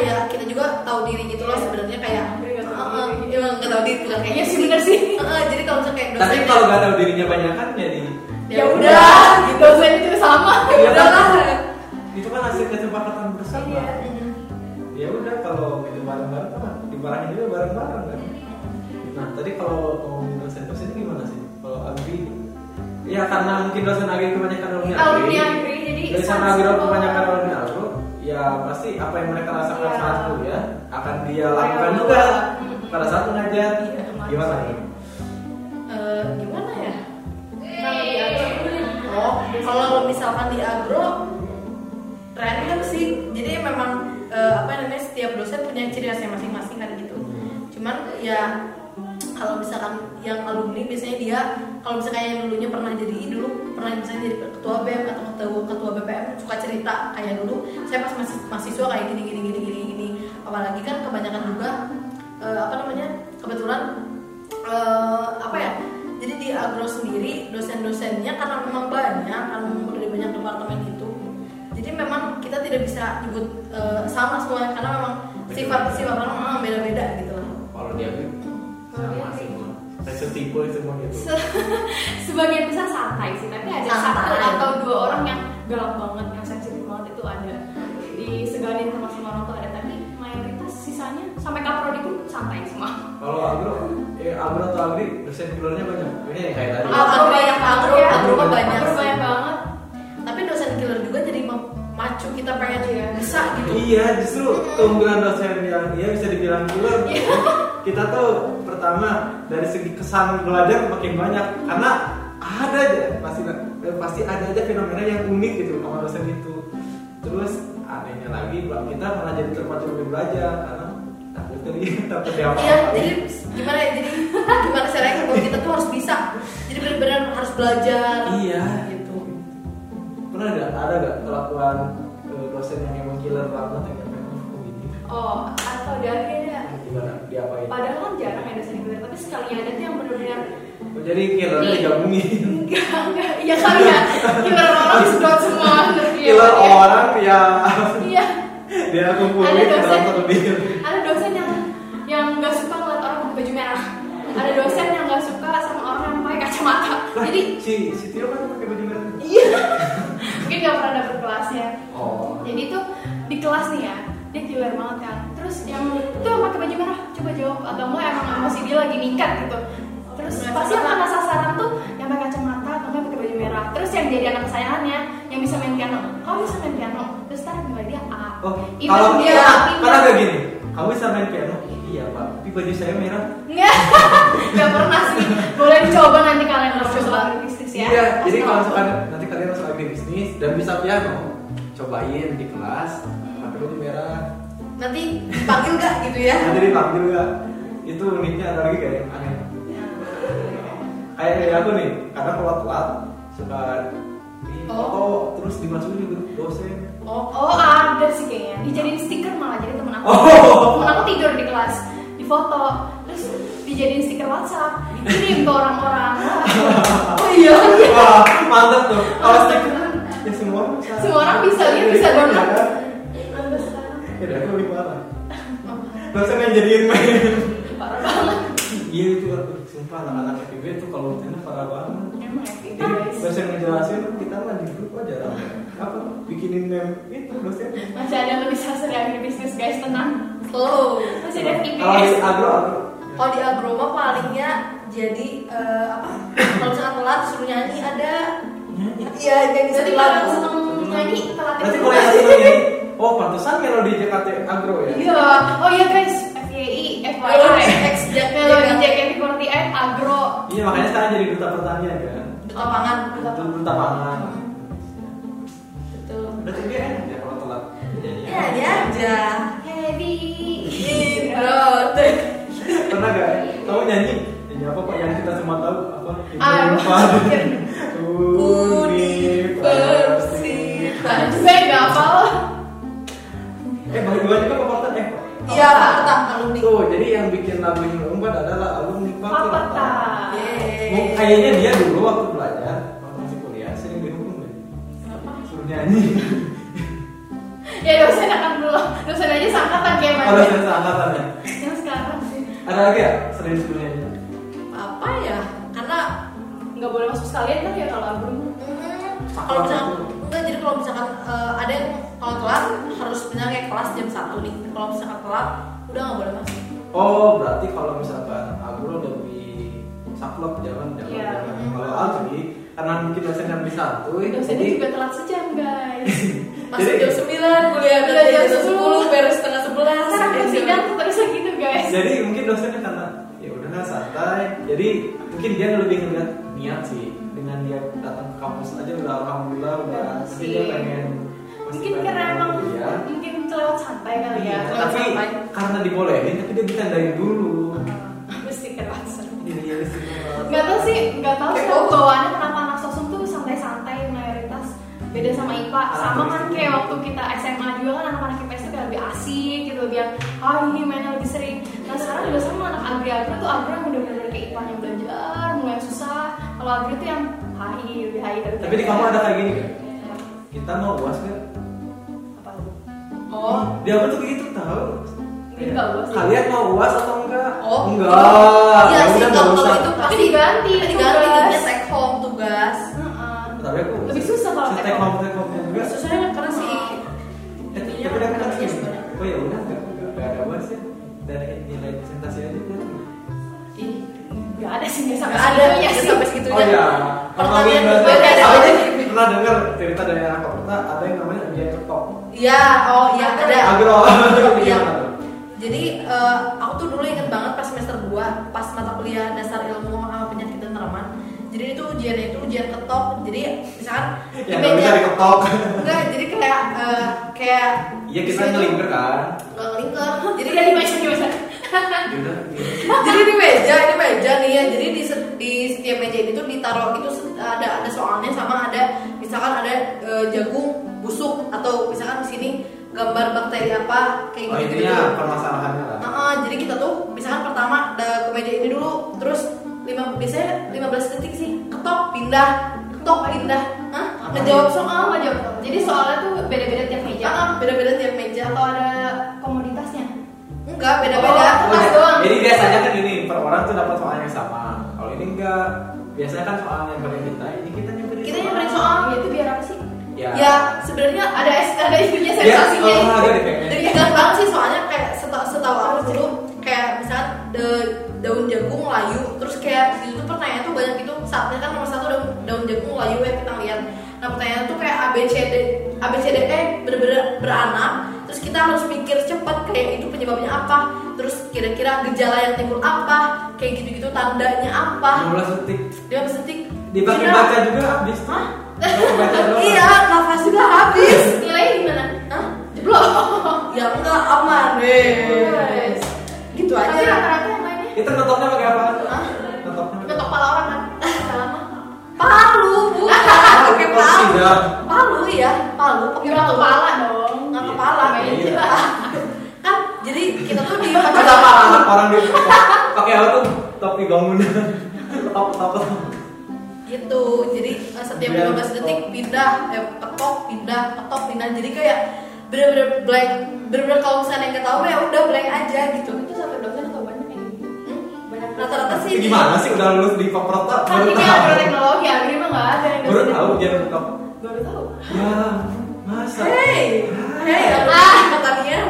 kayak kita juga tahu diri gitu loh sebenarnya kayak Nggak tahu diri. emang nggak tahu diri bukan kayaknya Iya sih, bener sih. Heeh, jadi kalau misalnya kayak Tapi dosen kalau nggak tahu dirinya banyak kan jadi Ya udah, gitu dosen itu sama. ya Iya, udah lah. itu kan hasil kesepakatan bersama. Iya. Ya udah kalau itu bareng-bareng kan dimarahin juga bareng-bareng kan. Nah tadi kalau ngomongin dosen-dosen ini gimana sih? Kalau Agri, ya karena mungkin dosen Agri kebanyakan alumni Alumni Agri, jadi dosen sangat Agri simple. kebanyakan alumni Agro, ya pasti apa yang mereka rasakan Iya. saat kuliah akan dia Iya, lakukan betul. juga Mm-mm. pada saat mengajar. Iya, Gimana? Eh, gimana ya? Nah, di agro dulu ya. Oh, kalau misalkan di agro random sih. Jadi memang eh, apa namanya setiap dosen punya ciri khasnya masing-masing kan gitu. Cuman ya kalau misalkan yang alumni biasanya dia kalau misalkan yang dulunya pernah jadi dulu pernah misalnya jadi ketua B E M atau ketua ketua B P M suka cerita kayak dulu saya pas masih mahasiswa kayak gini gini gini gini gini. Apalagi kan kebanyakan juga eh, apa namanya kebetulan eh, apa ya? Jadi di agro sendiri dosen-dosennya karena memang banyak, karena memang dari banyak departemen itu. Jadi memang kita tidak bisa nyebut uh, sama semuanya karena memang sifat sifat orang memang beda-beda gitu lah. Kalau dia Agri Kalau dia sama Agri. semua, kayak setipe semua gitu. Se- Sebagian besar santai sih, tapi ada Santai. satu atau dua orang yang galak banget, yang sensitif banget itu ada. Disegarin sama semua orang tuh ada, tapi mayoritas sisanya sampai kaprodi pun santai semua. Kalau Agro, eh Agro atau Agri dosen killernya banyak. Ini kayak tadi. Ah, agro banyak, agro, ya. agro mah banyak. Agro banyak banget. Tapi dosen killer juga jadi memacu kita pengen Iya. bisa gitu. Iya, justru keunggulan dosen yang dia bisa dibilang killer. Kita tuh pertama dari segi kesan belajar makin banyak karena ada aja pasti eh, pasti ada aja fenomena yang unik gitu sama dosen itu. Terus anehnya lagi kita malah jadi terpacu lebih belajar karena takut tadi takut dia apa. Iya, jadi gimana ya? Jadi gimana caranya kalau kita tuh harus bisa. Jadi benar-benar harus belajar. Iya. Gitu. Pernah nggak ada nggak kelakuan eh, dosen yang emang killer banget yang kayak oh gini Oh, atau dari ada. gimana diapain? Padahal kan jarang ada dosen killer, tapi sekali ada tuh yang benar-benar Oh, jadi killernya Nih. digabungin. enggak enggak. Iya kali ya. Killer orang disedot semua. ngerti ya, Killer Pak, ya? orang ya Iya. dia kumpulin Ada dosen. dalam satu bir. Ada dosen yang yang nggak suka ngeliat orang pakai baju merah. Ada dosen yang nggak suka sama orang yang pakai kacamata. Lah, Jadi si si Tio kan pakai baju merah. iya. Mungkin nggak pernah dapet kelasnya. Oh. Jadi tuh di kelas nih ya, dia killer banget kan. Terus yang itu yang pakai baju merah, coba jawab atau enggak emang emosi dia lagi ningkat gitu. Terus Nggak pasti yang salah. kena sasaran tuh yang pakai kacamata, atau enggak pakai baju merah. Terus yang jadi anak kesayangannya yang bisa main piano, kamu bisa main piano. Terus ntar nilai dia A. Oh, Even kalau dia dia pintar. karena kayak gini, kamu bisa main piano? Iya pak, tapi baju saya merah. Nggak, nggak pernah sih. Boleh dicoba nanti kalian harus coba bisnis ya. Iya, jadi Pasti kalau langsung. misalkan nanti kalian masuk lagi bisnis dan bisa piano, cobain di kelas pakai baju merah. Nanti dipanggil gak gitu ya? Nanti dipanggil nggak? Itu uniknya ada lagi kayak yang aneh. Kayak kayak aku nih, kadang kalau telat suka di foto terus dimasukin juga dosen. Oh, Oh ada sih kayaknya. Dijadiin stiker malah jadi temen aku. Oh. Temen aku tidur di kelas, di foto, terus dijadiin stiker WhatsApp, dikirim ke orang-orang. oh iya. Wah, mantap tuh. Kalau stiker ya semua orang bisa. Semua orang bisa, dia bisa Jadi, download. ya kan? Sampai sekarang Ya udah, aku lebih parah. Dosen yang jadiin main. parah banget. Iya itu aku sumpah anak-anak F I B itu kalau ujian parah banget. Emang F I B Jadi guys. dosen ngejelasin kita mah di grup aja jarang. Apa bikinin meme itu dosen. Masih ada yang lebih sasar dari bisnis guys, tenang. Slow. Masih ada F I B Kalau di guys. agro agro. Kalau di agro mah palingnya jadi eh, apa? Kalau misalkan telat suruh nyanyi ada. Iya, yang bisa Jadi di kalau lagu. seneng nyanyi telat Berarti kalau yang satu ini, oh pantesan melodi J K T agro ya. Iya. Oh iya guys, F Y I, F Y I. X Jack Melodi J K T empat delapan agro. Iya makanya sekarang jadi duta pertanian kan. Duta pangan. Duta duta pangan. Betul. Berarti dia enak ya kalau telat. Ya, dia aja. Heavy. Bro, Pernah gak? Kamu nyanyi? Nyanyi apa pak yang kita semua tahu apa? Ah, Universitas. Tadi saya nggak hafal. Eh bagi dua juga Papata eh. Iya, Papata alumni. Tuh, jadi yang bikin lagu ini Empat adalah alumni Papata. Oh, kayaknya dia dulu waktu belajar, waktu masih kuliah sering dihukum deh. Kenapa? Suruh nyanyi. Ya dosen akan belum, dosen aja seangkatan kayak Oh, dosen seangkatan ya. Yang sekarang sih Ada lagi ya selain dunia ini? Apa ya? Karena nggak boleh masuk sekalian kan ya kalau agro. mm, kalau misalkan enggak, jadi kalau misalkan uh, ada yang kalau telat harus misalnya kayak kelas jam satu nih. Kalau misalkan telat udah nggak boleh masuk. Oh, berarti kalau misalkan agro lebih saklek jangan jangan. Iya. jangan. Kalau agri karena mungkin dosen yang lebih santuy. Dosennya jadi- juga telat sejam guys. Masuk Jadi- jam sembilan, kuliah Udah dari jam jam sepuluh, sepuluh. beres setengah sebelas. Sekarang aku sidang terus gitu guys. Jadi mungkin dosennya karena ya udahlah santai. Jadi mungkin dia lebih ngeliat niat sih dengan dia datang ke kampus aja udah alhamdulillah udah pasti dia pengen pasti Mungkin pengen karena emang kuliah. mungkin kelewat santai kali ya. Iya, Kelewat tapi santai. karena dibolehin tapi dia ditandain dulu. Mesti kelewat seru. Iya, iya, iya. Nggak tahu sih, nggak tahu sih Kepo. bawaannya kenapa anak sosum tuh santai-santai mayoritas. Beda sama I P A, sama kan kayak waktu kita S M A juga kan anak-anak I P S tuh kayak lebih asik gitu, lebih yang ah ini mainnya lebih sering. Nah sekarang juga sama anak agri-agri tuh agri yang bener-bener kayak I P A-nya belajar, mulai yang susah. Kalau agri tuh yang hai, lebih hai dari Tapi di kamu ada kayak gini kan? Kita mau uas kan? apa tuh? Oh, Dia apa tuh gitu tahu? Ini nggak uas sih. Kalian mau uas atau enggak? Oh. Enggak. iya Ya sih udah, kalau nggak kalau usah. itu Tapi pasti diganti, diganti tugas. jadinya take home tugas. Heeh. Tapi aku Lebih susah kalau take take home home. take home juga. Susahnya karena si Eh, ininya tapi kan kan kan gini. sebenarnya. Oh ya udah enggak enggak ada uas ya. Dari nilai presentasi aja kan. Ih, Nggak ada sih, nggak sampai nggak ada segitunya ya sih. sampai segitunya. Oh iya. Pertanyaan Ngomongin juga berarti- ada. aku pernah dengar cerita dari anak kota ada yang namanya ujian ketok. Iya, oh iya ada. Agro. Iya. Gimana tuh? Jadi eh, aku tuh dulu inget banget pas semester dua, pas mata kuliah dasar ilmu sama penyakit dan tanaman. Jadi itu ujiannya itu ujian ketok. Jadi misalkan di Ya nggak bisa meja diketok. enggak, jadi kayak eh, kayak Iya kita di situ ngelingker kan. nggak ngelingker. Jadi Jadi di meja gimana? Yaudah. jadi di meja, ini meja nih ya. Jadi di, se- di setiap meja itu tuh ditaruh itu se- ada ada soalnya sama ada misalkan ada eh, jagung busuk atau misalkan di sini gambar bakteri apa kayak Oh gitu. intinya permasalahannya lah. Nah, eh, jadi kita tuh misalkan pertama ada ke meja ini dulu, terus lima biasanya lima belas detik sih, ketok pindah, ketok pindah, hah? Ngejawab soal Oh, jawab. Jadi soalnya tuh beda-beda tiap meja. ah, beda-beda tiap meja. Atau ada komoditasnya? Enggak, beda-beda. Oh, Oh, Kertas jadi- doang. Jadi biasanya kan ini per orang tuh dapat soal yang sama. Kalau ini enggak, biasanya kan soal yang nyamperin kita, ini kita nyamperin. Kita nyamperin soal. Ya itu biar apa sih? Ya. Ya sebenarnya Ada ada itunya Ya, sensasinya. oh, itu. ada deh kayaknya. dari dekat banget sih soalnya kayak setahu setahu aku dulu kayak misalnya de- daun jagung layu, terus kayak di situ pertanyaan tuh banyak gitu. Saatnya kan nomor satu daun, daun jagung layu ya kita lihat. Nah pertanyaan tuh kayak A B C D A B C D E bener-bener beranak. Terus kita harus mikir cepat kayak itu penyebabnya apa. Terus kira-kira gejala yang timbul apa, kayak gitu-gitu tandanya apa. lima belas detik. Dia habis detik. Dipakai Sudah. baca juga habis. Hah? Dipakai baca doang. Iya, nafas juga habis. Nilainya gimana? Hah? Jeblok. Ya enggak aman deh. Guys. Gitu Tapi aja. rata-rata yang lainnya Itu ngetoknya pakai apa? Hah? Ngetoknya. ketok pala orang kan? Lama. Palu, bukan pakai Oh, palu. tidak. Palu ya, palu pakai Nggak palu. kepala dong. Nggak kepala. Iya. Kan jadi kita tuh di Kenapa anak orang di pakai apa tuh? Topi bangunan. Top top top. gitu. Jadi eh, setiap Biar lima belas detik pindah, eh, ketok, pindah, ketok, pindah. Jadi kayak bener-bener blank. Bener-bener kalau misalnya nggak tahu ya udah blank aja gitu. Itu satu dosen atau banyak kayak gitu? Hmm? Banyak Rata-rata sih. Gimana sih udah lulus di Paprota? Kan Baru ini tahu. agroteknologi, agri mah nggak ada yang Baru dosen. tahu dia ngetok. Baru tahu. Ya, masa? Hey, hey, Ah. pertanian.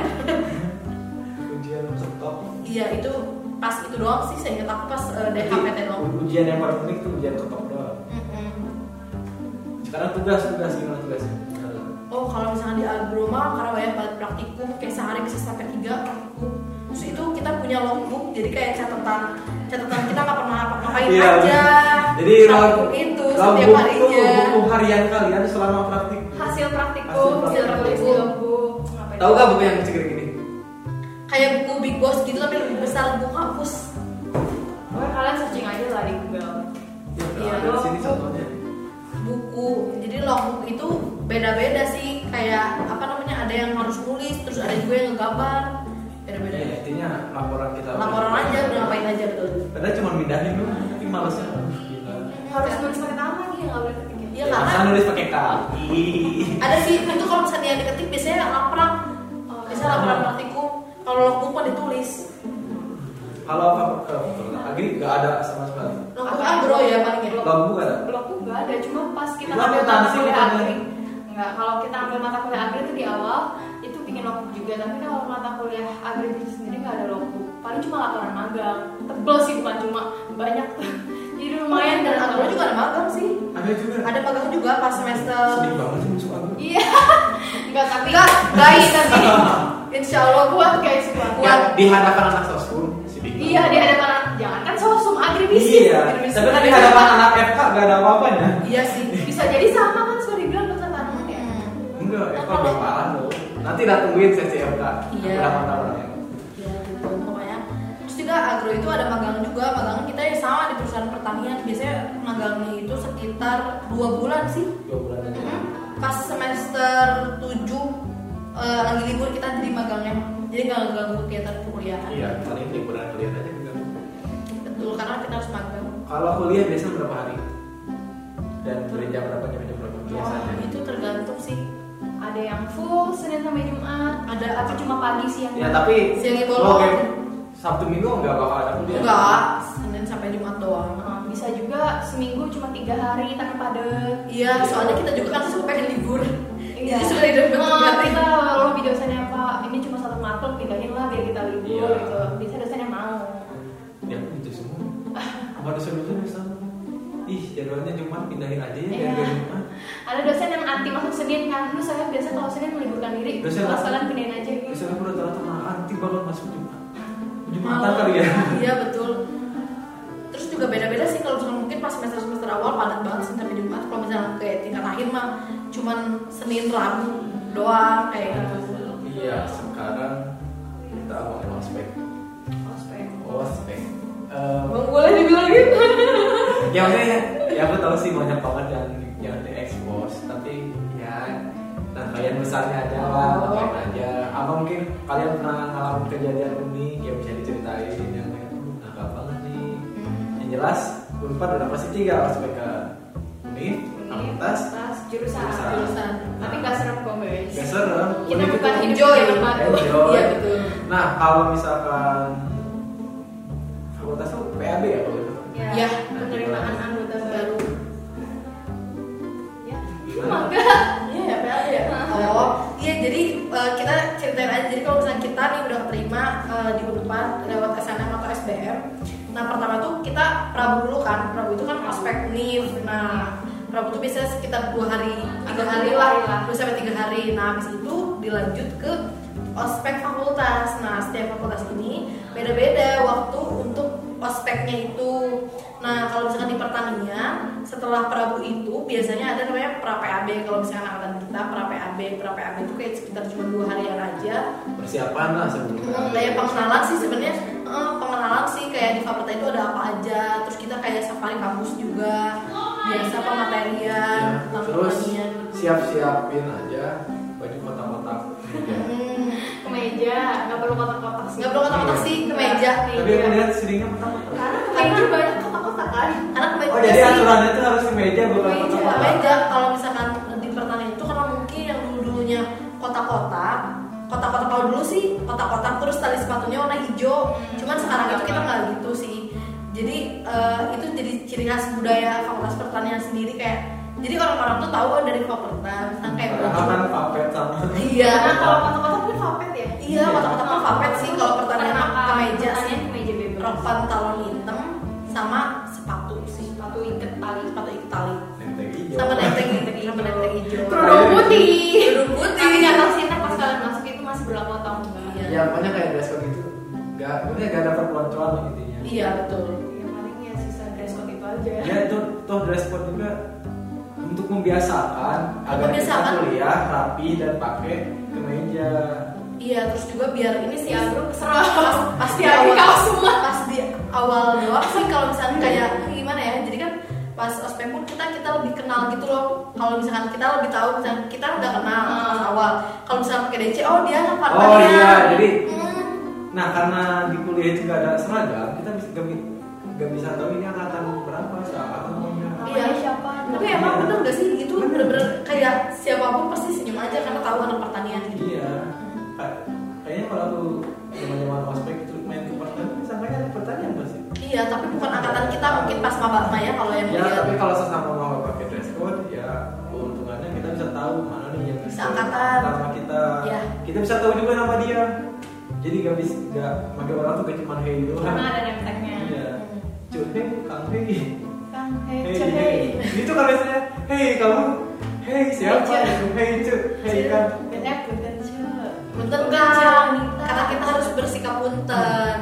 Ujian ngetok. Iya itu pas itu doang sih saya ingat aku pas uh, D H P T doang. Ujian yang paling unik tuh ujian ketok doang. Mm-mm. Sekarang tugas tugas gimana tugasnya? Oh kalau misalnya di agro mah karena banyak banget praktikum kayak sehari bisa sampai tiga praktikum. Terus itu kita punya logbook jadi kayak catatan catatan kita nggak pernah apa ngapain Iya. aja. Jadi logbook itu setiap logbook tuh harinya. buku harian kalian selama praktik. Hasil praktikum, Hasil hasil praktikum. praktikum di logbook. Ngapain? Tahu gak buku yang kecil gini? Kayak buku Big Boss gitu tapi lebih besar buku kampus. Pokoknya kalian searching aja lah di Google. Ya, Iya, ada di sini contohnya. Buku jadi logbook itu beda-beda sih kayak apa namanya ada yang harus nulis terus ada juga yang ngegambar beda-beda. Ya, intinya laporan kita. Laporan aja udah ngapain aja betul. Padahal cuma mindahin doang, tapi malesnya. Aduh, gila. Harus nulis pakai tangan nih, nggak boleh ketik ya. Iya, Ya, karena masa nulis pakai kaki. ada sih itu kalau misalnya yang diketik biasanya laporan, biasanya laporan praktikum. Kalau logbook kan ditulis. Kalau fakultas agri nggak ada sama sekali. Logbook agro ya paling ya. Logbook ada. Blogku nggak ada, cuma pas kita Itu ambil mata akuntansi kuliah bukan agri. ya? Enggak, kalau kita ambil mata kuliah agri itu di awal itu bikin logbook juga, tapi kalau mata kuliah agri itu sendiri nggak ada logbook. Paling cuma laporan magang. Tebel sih, bukan cuma banyak. Jadi lumayan. Dan agro juga ada magang sih. Ada juga. Ada magang juga pas semester. Sedih banget sih masuk agri. Iya. Enggak, tapi Enggak, guys tapi insya Allah kuat guys, kuat. Ya, di hadapan anak sosum sedih. Iya, di hadapan anak, jangan kan sosum agribisnis. Iya. Tapi kan di hadapan anak F K nggak ada apa-apanya. Iya sih. Bisa jadi sama kan sudah dibilang dokter tanaman ya. Enggak, F K lebih parah loh. Nanti dah tungguin sesi F K. Iya. Berapa tahun ya? Ya gitu pokoknya. Terus juga agro itu ada magang juga. Magang kita ya sama di perusahaan pertanian. Biasanya magangnya itu sekitar dua bulan sih. Dua bulan aja. Pas semester tujuh eh, lagi libur kita jadi magangnya. Jadi nggak ganggu kegiatan perkuliahan. Iya, paling liburan kuliah aja enggak. Betul, karena kita harus magang. Kalau kuliah biasa berapa hari? Dan dari jam berapa sampai jam berapa biasanya? Oh, itu tergantung sih. Ada yang full Senin sampai Jumat, ada apa cuma pagi siang. Ya tapi Siang itu kalau loh. game Sabtu Minggu enggak bakal ada kuliah. Enggak, Senin sampai Jumat doang. Nah, bisa juga seminggu cuma tiga hari tapi padat. Iya, soalnya kita juga kan suka pengen libur. Iya. Jadi suka hidup Nah, kita lebih dosennya Pak, ini cuma satu matkul, pindahin lah biar kita libur Iya. gitu. Bisa dosennya mau. Ya itu semua. Apa dosen-dosen yang sama? Ih, jadwalnya Jumat pindahin aja ya Iya. dari Jumat. Ada dosen yang anti masuk Senin kan, lu saya biasa kalau Senin meliburkan diri, Dosen kelas apa? kalian pindahin aja gitu. Dosen aku rata-rata malah anti banget masuk Jumat. Jumatan kali ya. Iya betul. Terus juga beda-beda sih kalau misalnya mungkin pas semester semester awal padat banget Senin sampai Jumat. Kalau misalnya kayak tingkat akhir mah cuman Senin Rabu doang kayak gitu. Iya, sekarang kita ngomongin ospek. Ospek. Ospek. Eh, Bang boleh dibilang gitu. ya maksudnya ya aku tahu sih banyak banget yang yang diekspos, tapi ya rangkaian besarnya aja lah, Oh. ngapain aja. Apa mungkin kalian pernah ngalamin kejadian unik yang bisa diceritain yang kayak nggak banget nih. Yang jelas Unpad udah pasti tiga ospek ke Unif, fakultas, Tas jurusan. Jurusan. Jurusan. Tapi nggak serem kok guys. gak serem. Kita Unif bukan itu hidup enjoy. di zaman batu. enjoy. Iya betul. Nah kalau misalkan fakultas itu P A B ya kalau itu? Ya, Ya, penerimaan anggota baru. Ya, Gimana? mangga. Iya ya P A B ya. Oh iya jadi eh, kita ceritain aja. Jadi kalau misalnya kita nih udah terima eh, di Unpad lewat S N M atau S B M. Nah pertama tuh kita prabu dulu kan. Prabu itu kan ospek Unif. Nah prabu itu biasanya sekitar dua hari, tiga hari lah, dua sampai tiga hari. Nah habis itu dilanjut ke ospek fakultas. Nah setiap fakultas ini beda-beda waktu untuk ospeknya itu. Nah kalau misalkan di pertanian setelah prabu itu biasanya ada namanya pra P A B. Kalau misalkan angkatan kita pra P A B, pra P A B itu kayak sekitar cuma dua harian aja. Persiapan lah sebelum Hmm, kayak pengenalan sih sebenarnya, eh, pengenalan sih kayak di Faperta itu ada apa aja. Terus kita kayak safari kampus juga, biasa pematerian Ya, tentang terus pertanian. siap-siapin aja baju kotak-kotak. Hmm, Kemeja, nggak perlu kotak-kotak sih. nggak perlu kotak-kotak sih, kemeja. Tapi aku lihat seringnya kotak-kotak. Karena kemeja banyak kotak-kotak kan. Karena kemeja Oh jadi sih. aturannya itu harus kemeja bukan Kemeja, kotak-kotak. Beda kalau misalkan di pertanian itu karena mungkin yang dulu dulunya kotak-kotak, kotak-kotak kalau dulu sih kotak-kotak terus tali sepatunya warna hijau. Hmm, Cuman sekarang itu kita nggak gitu sih. Jadi eh, itu jadi ciri khas budaya fakultas pertanian sendiri kayak. Jadi orang-orang tuh tahu oh, dari Faperta, misalnya kayak Padahal kan papet sama. Iya. Karena kalau kotak-kotak pun vapet ya. Iya, kotak-kotak kan Fapet sih kalau pertanian Kenapa? kemeja sih. Pertanian kemeja bebas. Rok pantalon hitam sama sepatu sih. Sepatu ikat tali. Sepatu ikat tali. Nenteng hijau. Sama nenteng hijau, sama nenteng hijau. Kerudung putih. Kerudung putih. Tapi nggak tahu sih ntar pas kalian masuk itu masih berlaku atau enggak. Iya. Ya pokoknya kayak dress code gitu. Enggak, pokoknya enggak dapat peloncoan intinya. Iya betul. Ya paling ya sisa dress code itu aja. Ya itu toh dress code juga untuk membiasakan agar Membiasakan. kita kuliah rapi dan pakai kemeja. Iya, terus juga biar ini sih Ya, bro keserah. pas, pas di Ya, awal kaos semua. pas di awal doang sih kalau misalnya kayak gimana ya. Jadi kan pas ospek pun kita kita lebih kenal gitu loh. Kalau misalkan kita lebih tahu misalkan kita udah kenal Hmm. pas awal. Kalau misalkan pakai D C, oh dia anak Oh pertanian. iya, jadi Hmm. nah karena di kuliah itu gak ada seragam, kita bisa gak bi- nggak bisa tahu ini angkatan berapa siapa namanya. Iya siapa? Tapi emang bener gak sih itu bener-bener kayak siapapun pasti senyum aja karena tahu anak pertanian gitu. Iya. Kay- Kayaknya kalau aku zaman-zaman ospek itu main ke pertanian, sangkanya ada pertanian pasti. Iya, tapi bukan angkatan kita mungkin pas maba ya kalau yang Ya, lihat. tapi kalau sesama mau pakai dress code, ya keuntungannya kita bisa tahu mana nih yang Bisa angkatan. nama kita. Iya. Kita bisa tahu juga nama dia. Jadi gak bisa gak manggil orang tuh kayak cuma hey doang. Karena ada name tag-nya. Iya. Cuy, hey, Kang Hey. Kang, hey, Hey, Cek, hey. hey. Itu kan biasanya, hey kamu, hey siapa? Hey, Gitu. Hey Cuy, hey Kang. Beda punten Cek. Punten Bukan Kang, wanita. karena kita harus bersikap punten.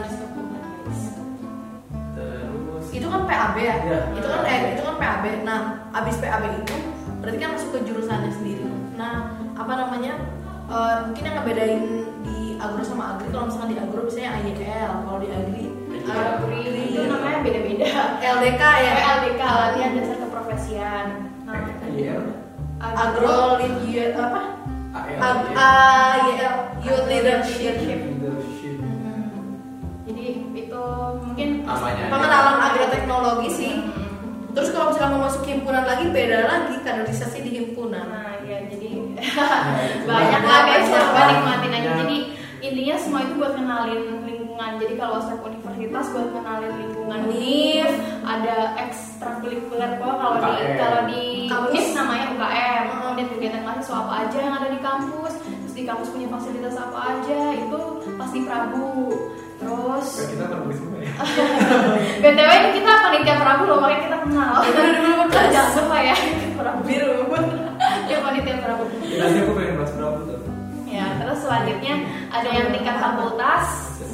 Terus Itu kan P A B ya? Iya. Itu kan eh itu kan P A B. Nah, abis P A B itu berarti kan masuk ke jurusannya sendiri. Nah, apa namanya? Eh, mungkin yang ngebedain di agro sama agri, kalau misalkan di agro biasanya A Y L, kalau di agri Agri itu namanya beda-beda. L D K ya. L D K, latihan dasar keprofesian. Nah, Iya. Agro lead youth apa? A L. Ag- A Y L Youth Leadership. Leadership. Jadi itu mungkin Namanya. Pengenalan agroteknologi sih. Hmm. Terus kalau misalkan mau masuk himpunan lagi beda lagi kaderisasi di himpunan. Nah, ya jadi banyak lah guys, coba nikmatin aja. Ya. Jadi intinya semua itu buat kenalin lingkungan. Jadi kalau ospek universitas buat kenalin lingkungan U N I F, ada ekstrakurikuler kok kalau di U K M. kalau di Kampus. U N I F namanya U K M. Kemudian kegiatan mahasiswa apa aja yang ada di kampus, terus di kampus punya fasilitas apa aja itu pasti Prabu. Terus Kan kita kan semua ya. B T W ini kita panitia Prabu loh, makanya kita kenal. Jangan lupa ya, Prabu biru. Ya panitia Prabu. Ya, nanti aku pengen bahas berapa tuh. Ya, terus selanjutnya ada yang tingkat fakultas.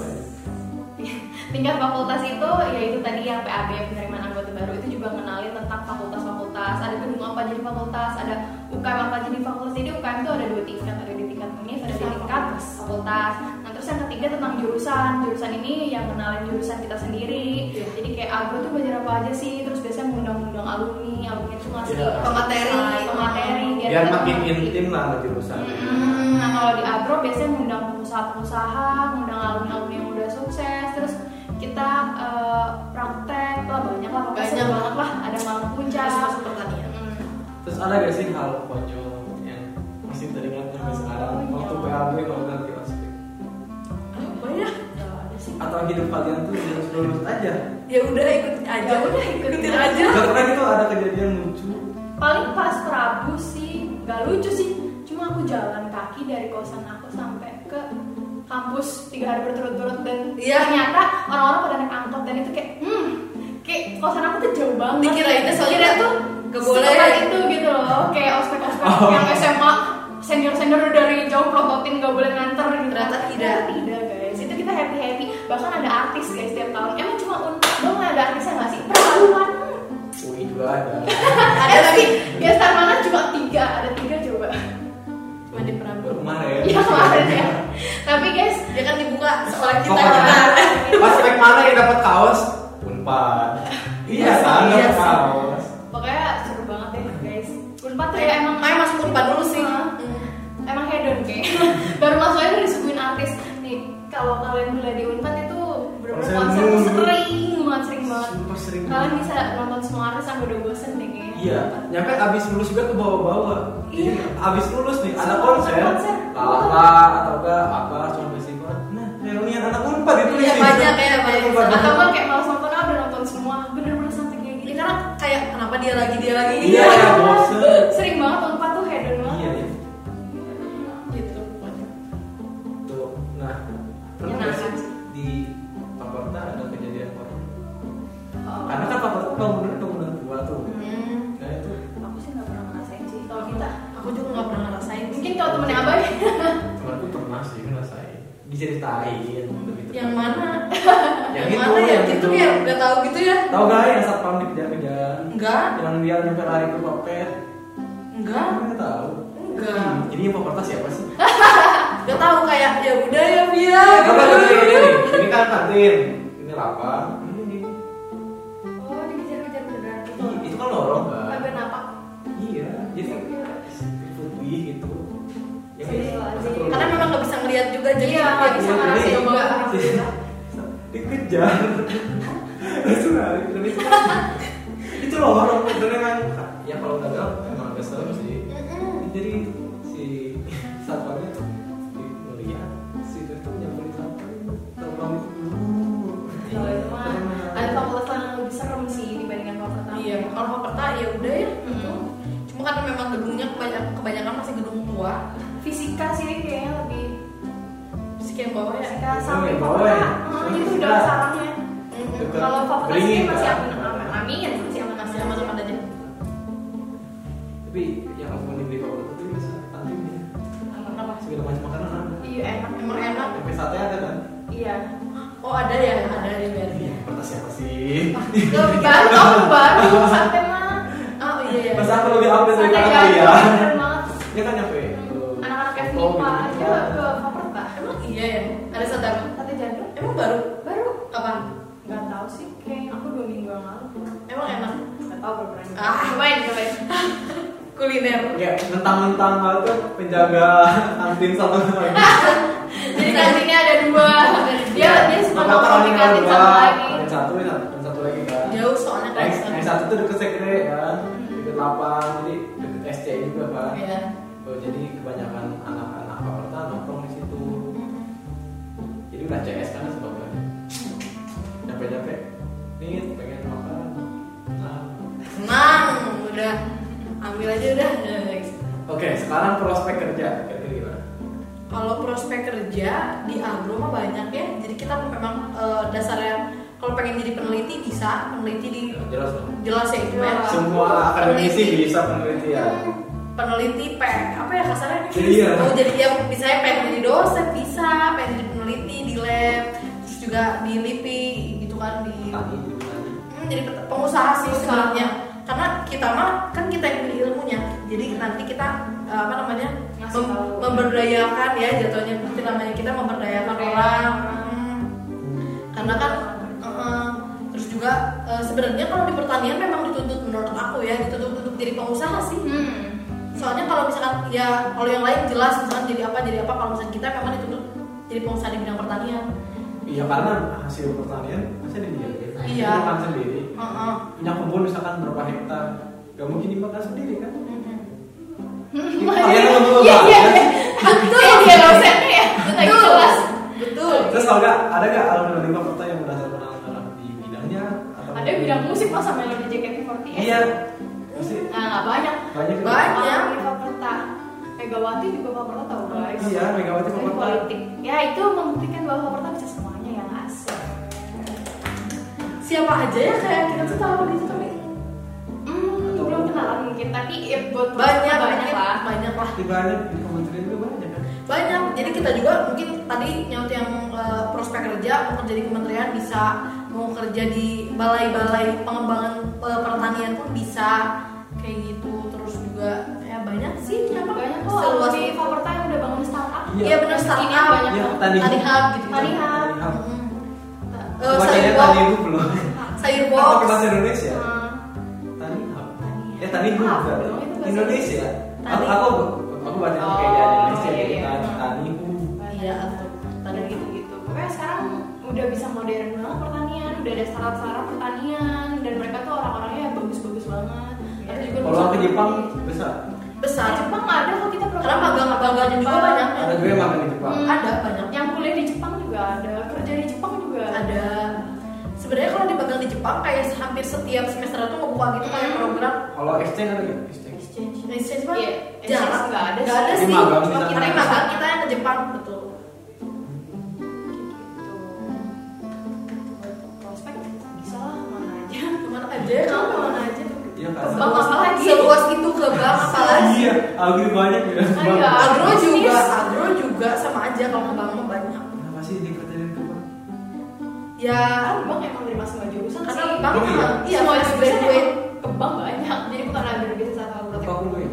Tingkat fakultas itu yaitu tadi yang P A B, penerimaan anggota baru, itu juga ngenalin tentang fakultas-fakultas. Ada gedung apa jadi fakultas, ada U K M apa jadi fakultas. Jadi U K M itu ada dua tingkat, ada di tingkat U N I F, ada di tingkat fakultas. Nah, terus yang ketiga tentang jurusan. Jurusan ini yang ngenalin jurusan kita sendiri. Iya. Jadi kayak agro tuh belajar apa aja sih, terus biasanya ngundang-ngundang alumni, alumni itu ngasih Iya. pemateri, pemateri biar Biar kita makin mengerti. intim lah sama jurusan. Hmm, nah kalau di agro biasanya ngundang pengusaha-pengusaha, ngundang alumni-alumni yang udah sukses, terus kita eh, praktek lah banyak lah, pokoknya Banyak. seru banget lah, ada malam puncak. Terus masuk pertanian. Hmm. Terus ada gak sih hal konyol yang masih teringat sampai sekarang waktu P A B kalau ganti ospek? Apa ya? Nggak ada sih. Atau hidup kalian tuh lulus lulus aja? Ya udah ikutin aja. Ya udah, ikutin ikutin aja. aja. Gak pernah gitu ada kejadian lucu? Paling pas Prabu sih, nggak lucu sih. Cuma aku jalan kaki dari kosan aku sampai ke kampus tiga hari berturut-turut dan Iya. ternyata orang-orang pada naik angkot dan itu kayak, hmm, kayak kosan aku tuh jauh banget. Dikirainnya soalnya Dikira tuh nggak boleh. setempat itu gitu loh, kayak ospek-ospek Oh. yang S M A senior-senior dari jauh prototin nggak boleh nganter gitu. Ternyata tidak. Ternyata tidak guys, itu kita happy-happy. Bahkan ada artis guys tiap tahun. Emang cuma Unpad doang ada artisnya nggak sih? Perlaluan. U I juga ada. Ada sih, gestar mana cuma tiga, ada tiga coba. Cuma di Prabu. Baru kemarin. Iya kemarin ya. Tapi guys, Dia kan dibuka sekolah kita. Pokoknya Kita. pas spek mana yang dapat kaos? Unpad. Iya kan, Iya dapat sih. kaos. pokoknya seru banget deh guys. Unpad tuh ya emang Makanya masuk Unpad dulu sih. Hah? Emang hedon kayak. Baru masuk aja udah disuguhin artis. Nih, kalau kalian kuliah di Unpad itu bener-bener Konser konser tuh mulu. sering banget, sering banget. Sumpah sering. Kalian bisa nonton semua artis sampai udah bosen deh kayaknya. Iya, nyampe abis lulus juga ke bawah-bawah. Jadi Iya. abis lulus nih ada Semua konser, konser. Lala atau enggak apa cuma festival. Nah, reunian anak Unpad itu Iya, sih. banyak ya, Anak banyak. Unpad. Atau kan kayak malas nonton, ah udah nonton semua. Bener-bener sampai kayak Ini gitu. karena kayak kenapa dia lagi dia lagi gitu. Iya, ya bosen. Sering banget Unpad tuh hedon banget. Iya, iya. Gitu pokoknya. Tuh. Nah, pernah nggak Menyenangkan sih sih. di fakultas ada kejadian horor? Oh. Karena kan fakultas bangunan bangunan tua tuh. Hmm. Nah itu Aku sih nggak pernah ngerasain sih. Kalau kita, Aku juga nggak pernah ngerasain. mungkin kalau temennya Abah ya. teman tuh pernah sih ngerasain. Diceritain gitu. Yang mana? Yang Yang itu, mana ya? yang Itu itu. ya nggak tahu gitu ya? Tahu gak yang satpam dikejar-kejar? Enggak, Yang dia nyampe lari ke papet? enggak, Kamu nggak tahu? enggak. Hmm, Jadi yang fakultas siapa sih? Nggak tahu kayak ya udah ya Bia. Coba coba ini nih. Ini kan kantin. Ini lapang. Ini ini. Oh, dikejar-kejar beneran gitu. Ih, itu kan lorong kan? Agak napak. Iya. Jadi putih gitu. Ya, Astagfirullahaladzim. Karena memang nggak bisa ngeliat juga jadi Iya, ya nggak bisa bisa ngerasain ngerasain juga. juga. dikejar. sekali Indonesia. Itu loh orang bener emang ya kalau nggak gagal emang agak serem sih. Jadi si satpamnya tuh melihat si itu tuh nyamperin satpam terbang itu dulu. Kalau itu mah ada fakultas lain yang lebih serem sih dibandingkan fakultas. Iya, kalau fakultas ya udah ya. Hmm. Cuma karena memang gedungnya kebanyakan, kebanyakan masih gedung tua. Fisika sih kayaknya lebih Fisika yang bawah ya. fisika sampai yang bawah fakultas. ya? Hmm, itu udah sarangnya. Dekat Kalau fakultas beringin, ini masih kan? aman, aman, amin, masih aman, Masih aman-aman aja. Tapi yang aku mau di fakultas itu biasa kantinnya Kenapa? segala macam makanan ada. Iya enak, Emang enak. Sampai sate ada kan? iya. Oh ada ya, ada di B R I. Kata siapa sih? Baru kamu baru sate mah. Oh iya ya. Pas aku lebih update dari Sate kakak gandum ya. keren banget. Dia kan nyampe. Anak-anak F Oh, lima gitu. aja ke fakultas. Emang iya ya. Ada sate apa? Sate jandung Emang baru? baru. Kapan? Nggak tahu sih, kayaknya aku dua minggu yang lalu. Emang enak. Nggak tahu berapa ini. Ah. Cobain, cobain. Kuliner. Ya, mentang-mentang hal itu penjaga kantin satu sama ini. Jadi kantinnya ada dua. Dia dia suka Maka nongkrong di kantin kantin dua, sama lagi. kantin satu, yang satu lagi kan. Jauh soalnya kan. Yang, yang satu tuh deket sekre kan, deket lapang, jadi deket S C juga kan. Iya. Oh, jadi kebanyakan anak-anak fakultas nongkrong di situ. Jadi udah C S kan sebabnya. Nyampe-nyampe, nih pengen makan. Nah. Senang, udah ambil aja udah. Oke, sekarang prospek kerja kira-kira gimana? Kalau prospek kerja di agro mah banyak ya. Jadi kita memang eh, dasarnya kalau pengen jadi peneliti bisa, peneliti di Jelas dong. jelas ya itu ya. Semua akademisi bisa penelitian. Peneliti P apa ya kasarnya? Iya. Oh jadi ya bisa ya pengen jadi dosen bisa, pengen jadi peneliti di lab, terus juga di L I P I gitu kan di Tadi juga tadi. Hmm, jadi pengusaha sih sebenarnya. Karena kita mah kan kita yang punya ilmunya. Jadi nanti kita eh, apa namanya? Ngasih mem- tahu. memberdayakan ya jatuhnya itu namanya kita memberdayakan orang. Hmm. Karena kan eh, terus juga eh, sebenarnya kalau di pertanian memang dituntut menurut aku ya dituntut untuk jadi pengusaha sih. Hmm. Soalnya kalau misalkan ya kalau yang lain jelas misalkan jadi apa jadi apa kalau misalkan kita memang dituntut jadi pengusaha di bidang pertanian. Iya karena hasil pertanian hasil dia. Iya. Dia makan sendiri. Heeh. Punya kebun misalkan berapa hektar, gak mungkin dimakan sendiri kan? Iya, Kalian iya, belum iya, tahu, iya. kan? Betul ya dia dosennya ya. Lagi Betul. kelas. Betul. Terus tau gak ada gak alumni lima fakultas yang udah terkenal di bidangnya? Atau Ada bidang musik masa melodi J K T empat delapan. Iya. Musik Nah, nggak banyak. banyak. juga. Banyak. Di fakultas. Megawati juga fakultas tahu guys. Iya, Megawati Selain fakultas. politik. Ya itu membuktikan bahwa fakultas bisa semuanya yang asik. Siapa aja ya kayak kita tuh tahu gitu tapi Hmm, belum kenalan mungkin tapi ya buat banyak banyak lah. banyak lah Di banyak di kementerian juga banyak kan? banyak jadi kita juga mungkin tadi nyaut yang uh, prospek kerja mau kerja di kementerian bisa mau kerja di balai-balai pengembangan uh, pertanian pun bisa kayak gitu terus juga ya banyak sih memang Banyak kok seluas di itu. fakultas yang udah bangun startup. Iya benar Ini startup banyak Iya, banget. tadi tadi hub gitu Tadi hub. Hub. Eh, sayur Bacanya box tadi itu belum. sayur Apa box bahasa Indonesia? Hmm. Tani hub. Tani Ya tani hub hub, berarti. dong, itu bahasa Indonesia. Tani. Aku aku aku bacanya Oh, kayak di Indonesia iya, jadi iya. tani tani hub. iya atau Tadi gitu-gitu. Pokoknya sekarang udah bisa modern banget pertanian, udah ada startup-startup pertanian dan mereka tuh orang-orangnya bagus-bagus banget. Ada juga Kalau ke Jepang besar. besar Di Jepang ada kok kita program. karena magang-magangnya juga banyak Ada juga yang makan di Jepang. Hmm. ada banyak Yang kuliah di Jepang juga ada, kerja di Jepang juga ada sebenarnya kalau dipegang di Jepang kayak hampir setiap semester itu ngebuka gitu kayak program Kalau exchange ada nggak? Exchange. exchange. exchange mah Iya, jarang exchange nggak ada nggak ada sih. sih Di magang cuma bisa kita magang. magang kita yang ke Jepang betul Prospek bisa lah mana aja. kemana aja kamu kemana aja Iya kan. Kebang apa lagi? seluas itu ke bank apalagi Iya, agri banyak ya. Ah, iya. agro Bisnis. juga agro juga sama aja kalau ke bank mah banyak Kenapa sih dikerjain ke bang? ya Kan bang emang dari semua jurusan karena sih. bank Oh, iya. mah iya Semua fresh jurusan graduate emang kebang banyak. Jadi bukan ada bisnis atau Apa protek. aku gue?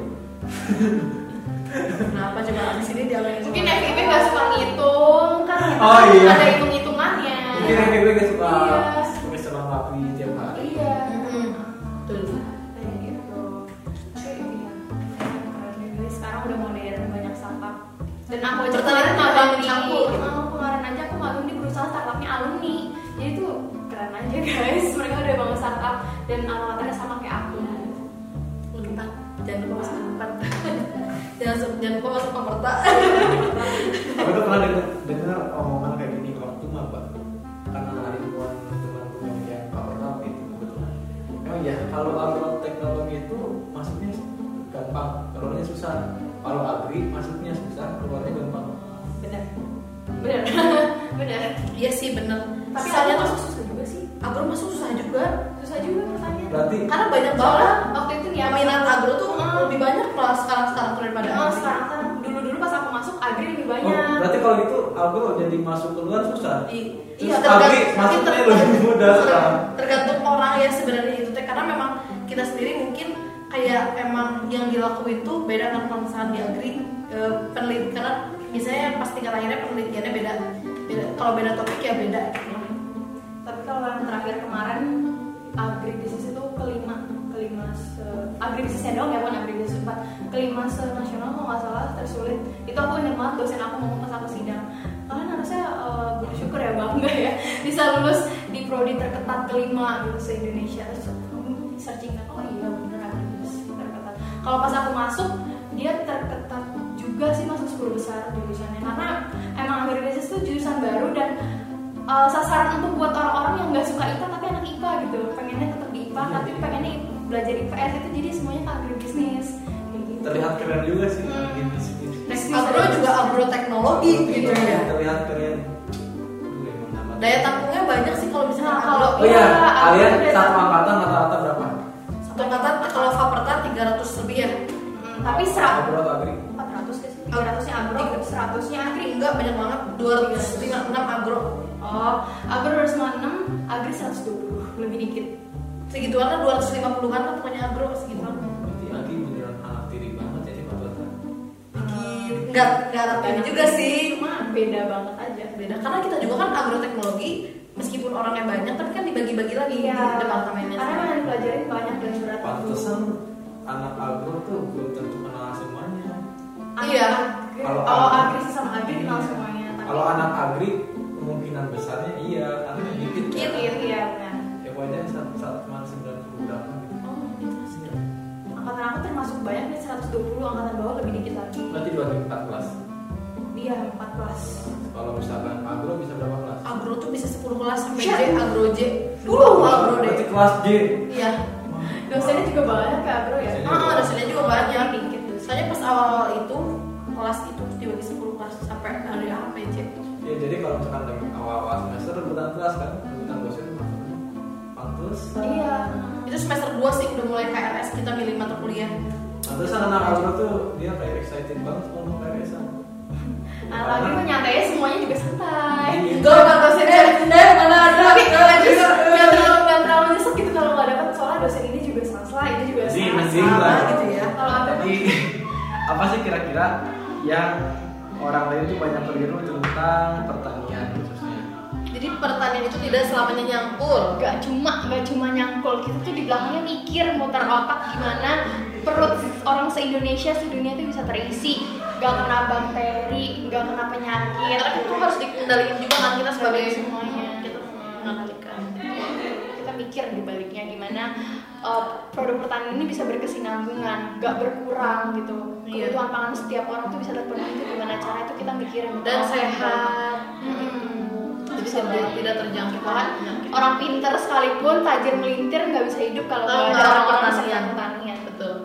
kenapa coba di sini dialogin Mungkin F I B nggak suka ngitung kan? Oh, iya. Ada hitung-hitungannya. Mungkin yang gue gak suka Iya. pakai selang rapi tiap hari. Iya. betul Kayak gitu. Tapi iya, keren juga. Sekarang udah modern banyak startup. Dan aku aja Pertanian kemarin juga magang ada di, campur. oh, kemarin aja aku magang di perusahaan startupnya alumni. Jadi tuh keren aja guys. Mereka dan alamatnya sama kayak aku. Unpad, jangan lupa masuk Unpad. jangan jangan lupa masuk Pemerta. Aku tuh pernah dengar, dengar omongan kayak gini waktu maba, karena ribuan teman-teman yang awal itu kebetulan. Emang ya kalau agroteknologi itu masuknya gampang, keluarnya susah. Kalau agri masuknya susah, keluarnya gampang. Benar, benar, benar. Iya sih bener. Tapi Susahnya aku tuh masuk susah juga sih. agro masuk susah juga. Susah juga pertanyaan. Berarti Karena banyak banget. Soalnya waktu itu nih Yang minat agro tuh lebih banyak lah sekarang sekarang tuh daripada Oh, agri. sekarang kan dulu dulu pas aku masuk agri lebih oh, banyak. berarti kalau itu agro jadi masuk keluar susah. I- Terus Iya, agri tergantung- masuknya ter- lebih mudah ter- sekarang. Tergantung orang ya sebenarnya itu teh, karena memang kita sendiri mungkin kayak emang yang dilakuin itu beda kan kalau misalkan di agri e, peneliti, karena misalnya pas tingkat akhirnya penelitiannya beda, beda kalau beda topik ya beda gitu. Tapi kalau yang terakhir kemarin agribisnis itu kelima kelima se agribisnisnya dong ya bukan agribisnis empat kelima se nasional kalau nggak salah tersulit. Itu aku ingat banget dosen aku ngomong pas aku sidang, kalian harusnya uh, bersyukur ya bangga ya bisa lulus di prodi terketat kelima gitu se Indonesia. Terus aku searching kan, oh iya bener agribisnis terketat. Kalau pas aku masuk dia terketat juga sih, masuk sepuluh besar jurusannya, karena emang agribisnis itu jurusan baru dan Uh, sasaran untuk buat orang-orang yang nggak suka I P A tapi anak I P A gitu, pengennya tetap di I P A tapi pengennya belajar I P S itu, jadi semuanya ke agribisnis gitu. Terlihat keren juga sih. Hmm. Bisnis. Agro juga agroteknologi gitu ya. Terlihat keren. Aduh, emang nama. Daya tampungnya banyak sih kalau misalnya Nah, agro. kalau- Oh iya, Iya, kalian agro dan- satu angkatan rata-rata berapa? Satu angkatan kalau Faperta tiga ratus lebih ya. Hmm, tapi seratus Agro atau agri? empat ratus sih, tiga ratusnya agro, seratusnya agri. Enggak banyak banget, dua ratus lima puluh enam agro. Oh, agro dua ratus lima puluh enam, agri seratus dua puluh, lebih dikit. Segituan lah, dua ratus lima puluhan lah pokoknya agro segituan. Berarti agri beneran anak tiri banget ya di Fakultas. Enggak, enggak anak ini juga sih. Cuma beda banget aja. Beda, karena kita juga kan agroteknologi meskipun orangnya banyak tapi kan dibagi-bagi lagi Iya, di departemennya. karena memang yang dipelajarin banyak dan berat. Pantesan anak agro tuh belum tentu kenal semuanya. Iya. Kalau Kalau agri- agri sih sama agri kenal semuanya. Tapi Kalau anak agri kemungkinan besarnya iya, karena dikit. Dikit, kan. iya iya benar. Ya pokoknya saat saat cuma sembilan puluh berapa gitu. Oh, gitu sih. Angkatan aku termasuk banyak nih, seratus dua puluh, angkatan bawah lebih dikit lagi. Berarti bagi empat kelas. Dia empat kelas. Kalau misalkan agro bisa berapa kelas? Agro tuh bisa sepuluh kelas sampai Iya. J, agro J. Dulu Uh, agro deh. Berarti kelas J. Iya. Dosennya juga banyak ke agro ya. Dosennya Ah, dosennya juga banyak. Dikit dosen. Soalnya pas awal-awal itu kelas itu dibagi sepuluh kelas sampai dari A sampai J. Ya jadi kalau misalkan dari awal-awal semester rebutan kelas kan, rebutan dosen pantes. Iya. Itu semester dua sih udah mulai K R S, kita milih mata kuliah. Pantesan anak agro tuh dia kayak excited banget kalau mau K R S-an. Nah, lagi mah nyantainya semuanya juga santai. Iya. Enggak bukan dosen Eh, eh, mana ada. tapi Eh, terus eh, nggak terlalu nggak terlalu nyesek gitu kalau nggak dapat, soalnya dosen ini juga sastra, itu juga Jadi sastra. mending sama lah. gitu ya. Kalau ada Jadi apa sih kira-kira yang orang lain tuh banyak keliru tentang pertanian khususnya? Jadi pertanian itu tidak selamanya nyangkul. nggak cuma nggak cuma nyangkul, kita tuh di belakangnya mikir muter otak gimana perut orang se-Indonesia sedunia itu bisa terisi, nggak kena bakteri, nggak kena penyakit. Karena itu harus dikendalikan juga kan kita sebagai Semuanya. kita mengendalikan. Kita mikir di baliknya gimana uh, produk pertanian ini bisa berkesinambungan, nggak berkurang gitu. Iya. Kebutuhan pangan setiap orang tuh bisa terpenuhi, itu gimana cara itu kita mikirin Dan sehat. Hmm. Jadi Bisa tidak, banget. tidak terjangkit Bahkan penyakit. orang pinter sekalipun tajir melintir nggak bisa hidup kalau Kalau nggak nggak ada orang orang-orang pertanian. sehat pertanian. Betul.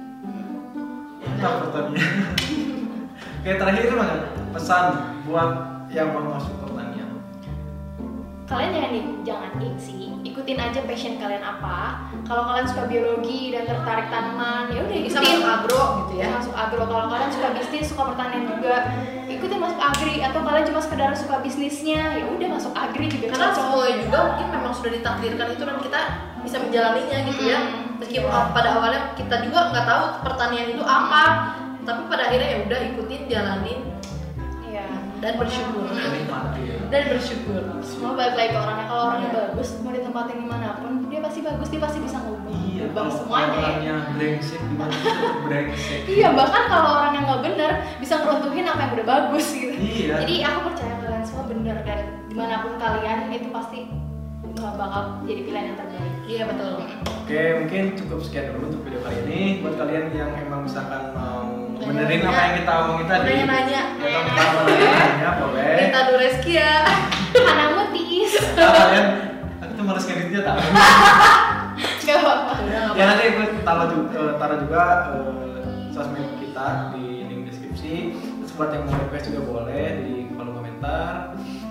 Tentang pertanian. Kayak terakhir itu mana? Pesan buat yang mau masuk pertanian. Kalian jangan di- jangan ing sih, ikutin aja passion kalian apa. Kalau kalian suka biologi dan tertarik tanaman, ya udah Bisa ikutin. masuk agro gitu ya. Ya, masuk agro. Kalau kalian suka bisnis, suka pertanian juga, ikutin masuk agri. Atau kalian cuma sekedar suka bisnisnya, ya udah masuk agri juga Karena cocok. semuanya juga mungkin memang sudah ditakdirkan itu dan kita bisa menjalaninya gitu ya. Hmm. Meskipun pada awalnya kita juga nggak tahu pertanian itu apa, tapi pada akhirnya ya udah ikutin, jalanin Iya. dan bersyukur. Menikmati ya. Dan bersyukur. Semua balik lagi ke orangnya. Kalau orangnya bagus, mau ditempatin dimanapun, dia pasti bagus, dia pasti bisa ngubah. Iya, Ngubah kalau semuanya ya. orangnya brengsek gimana sih? Brengsek. Iya, bahkan kalau orang yang nggak benar bisa ngeruntuhin apa yang udah bagus gitu. Iya. Jadi aku percaya kalian semua benar, dan dimanapun kalian itu pasti uh, bakal jadi pilihan yang terbaik. Iya betul. Oke, mungkin cukup sekian dulu untuk video kali ini. Buat kalian yang emang misalkan mau benerin Nanya. apa yang kita omongin tadi, Nanya-nanya. atau kita mau nanya, boleh. Kita dulu Reski ya. Hana Mutis. Nah, kalian, aku tuh males ngeditnya tau. Gak apa-apa. Ya nanti gue taruh juga, taruh juga uh, sosmed kita di link deskripsi. Terus buat yang mau request juga boleh di kolom komentar.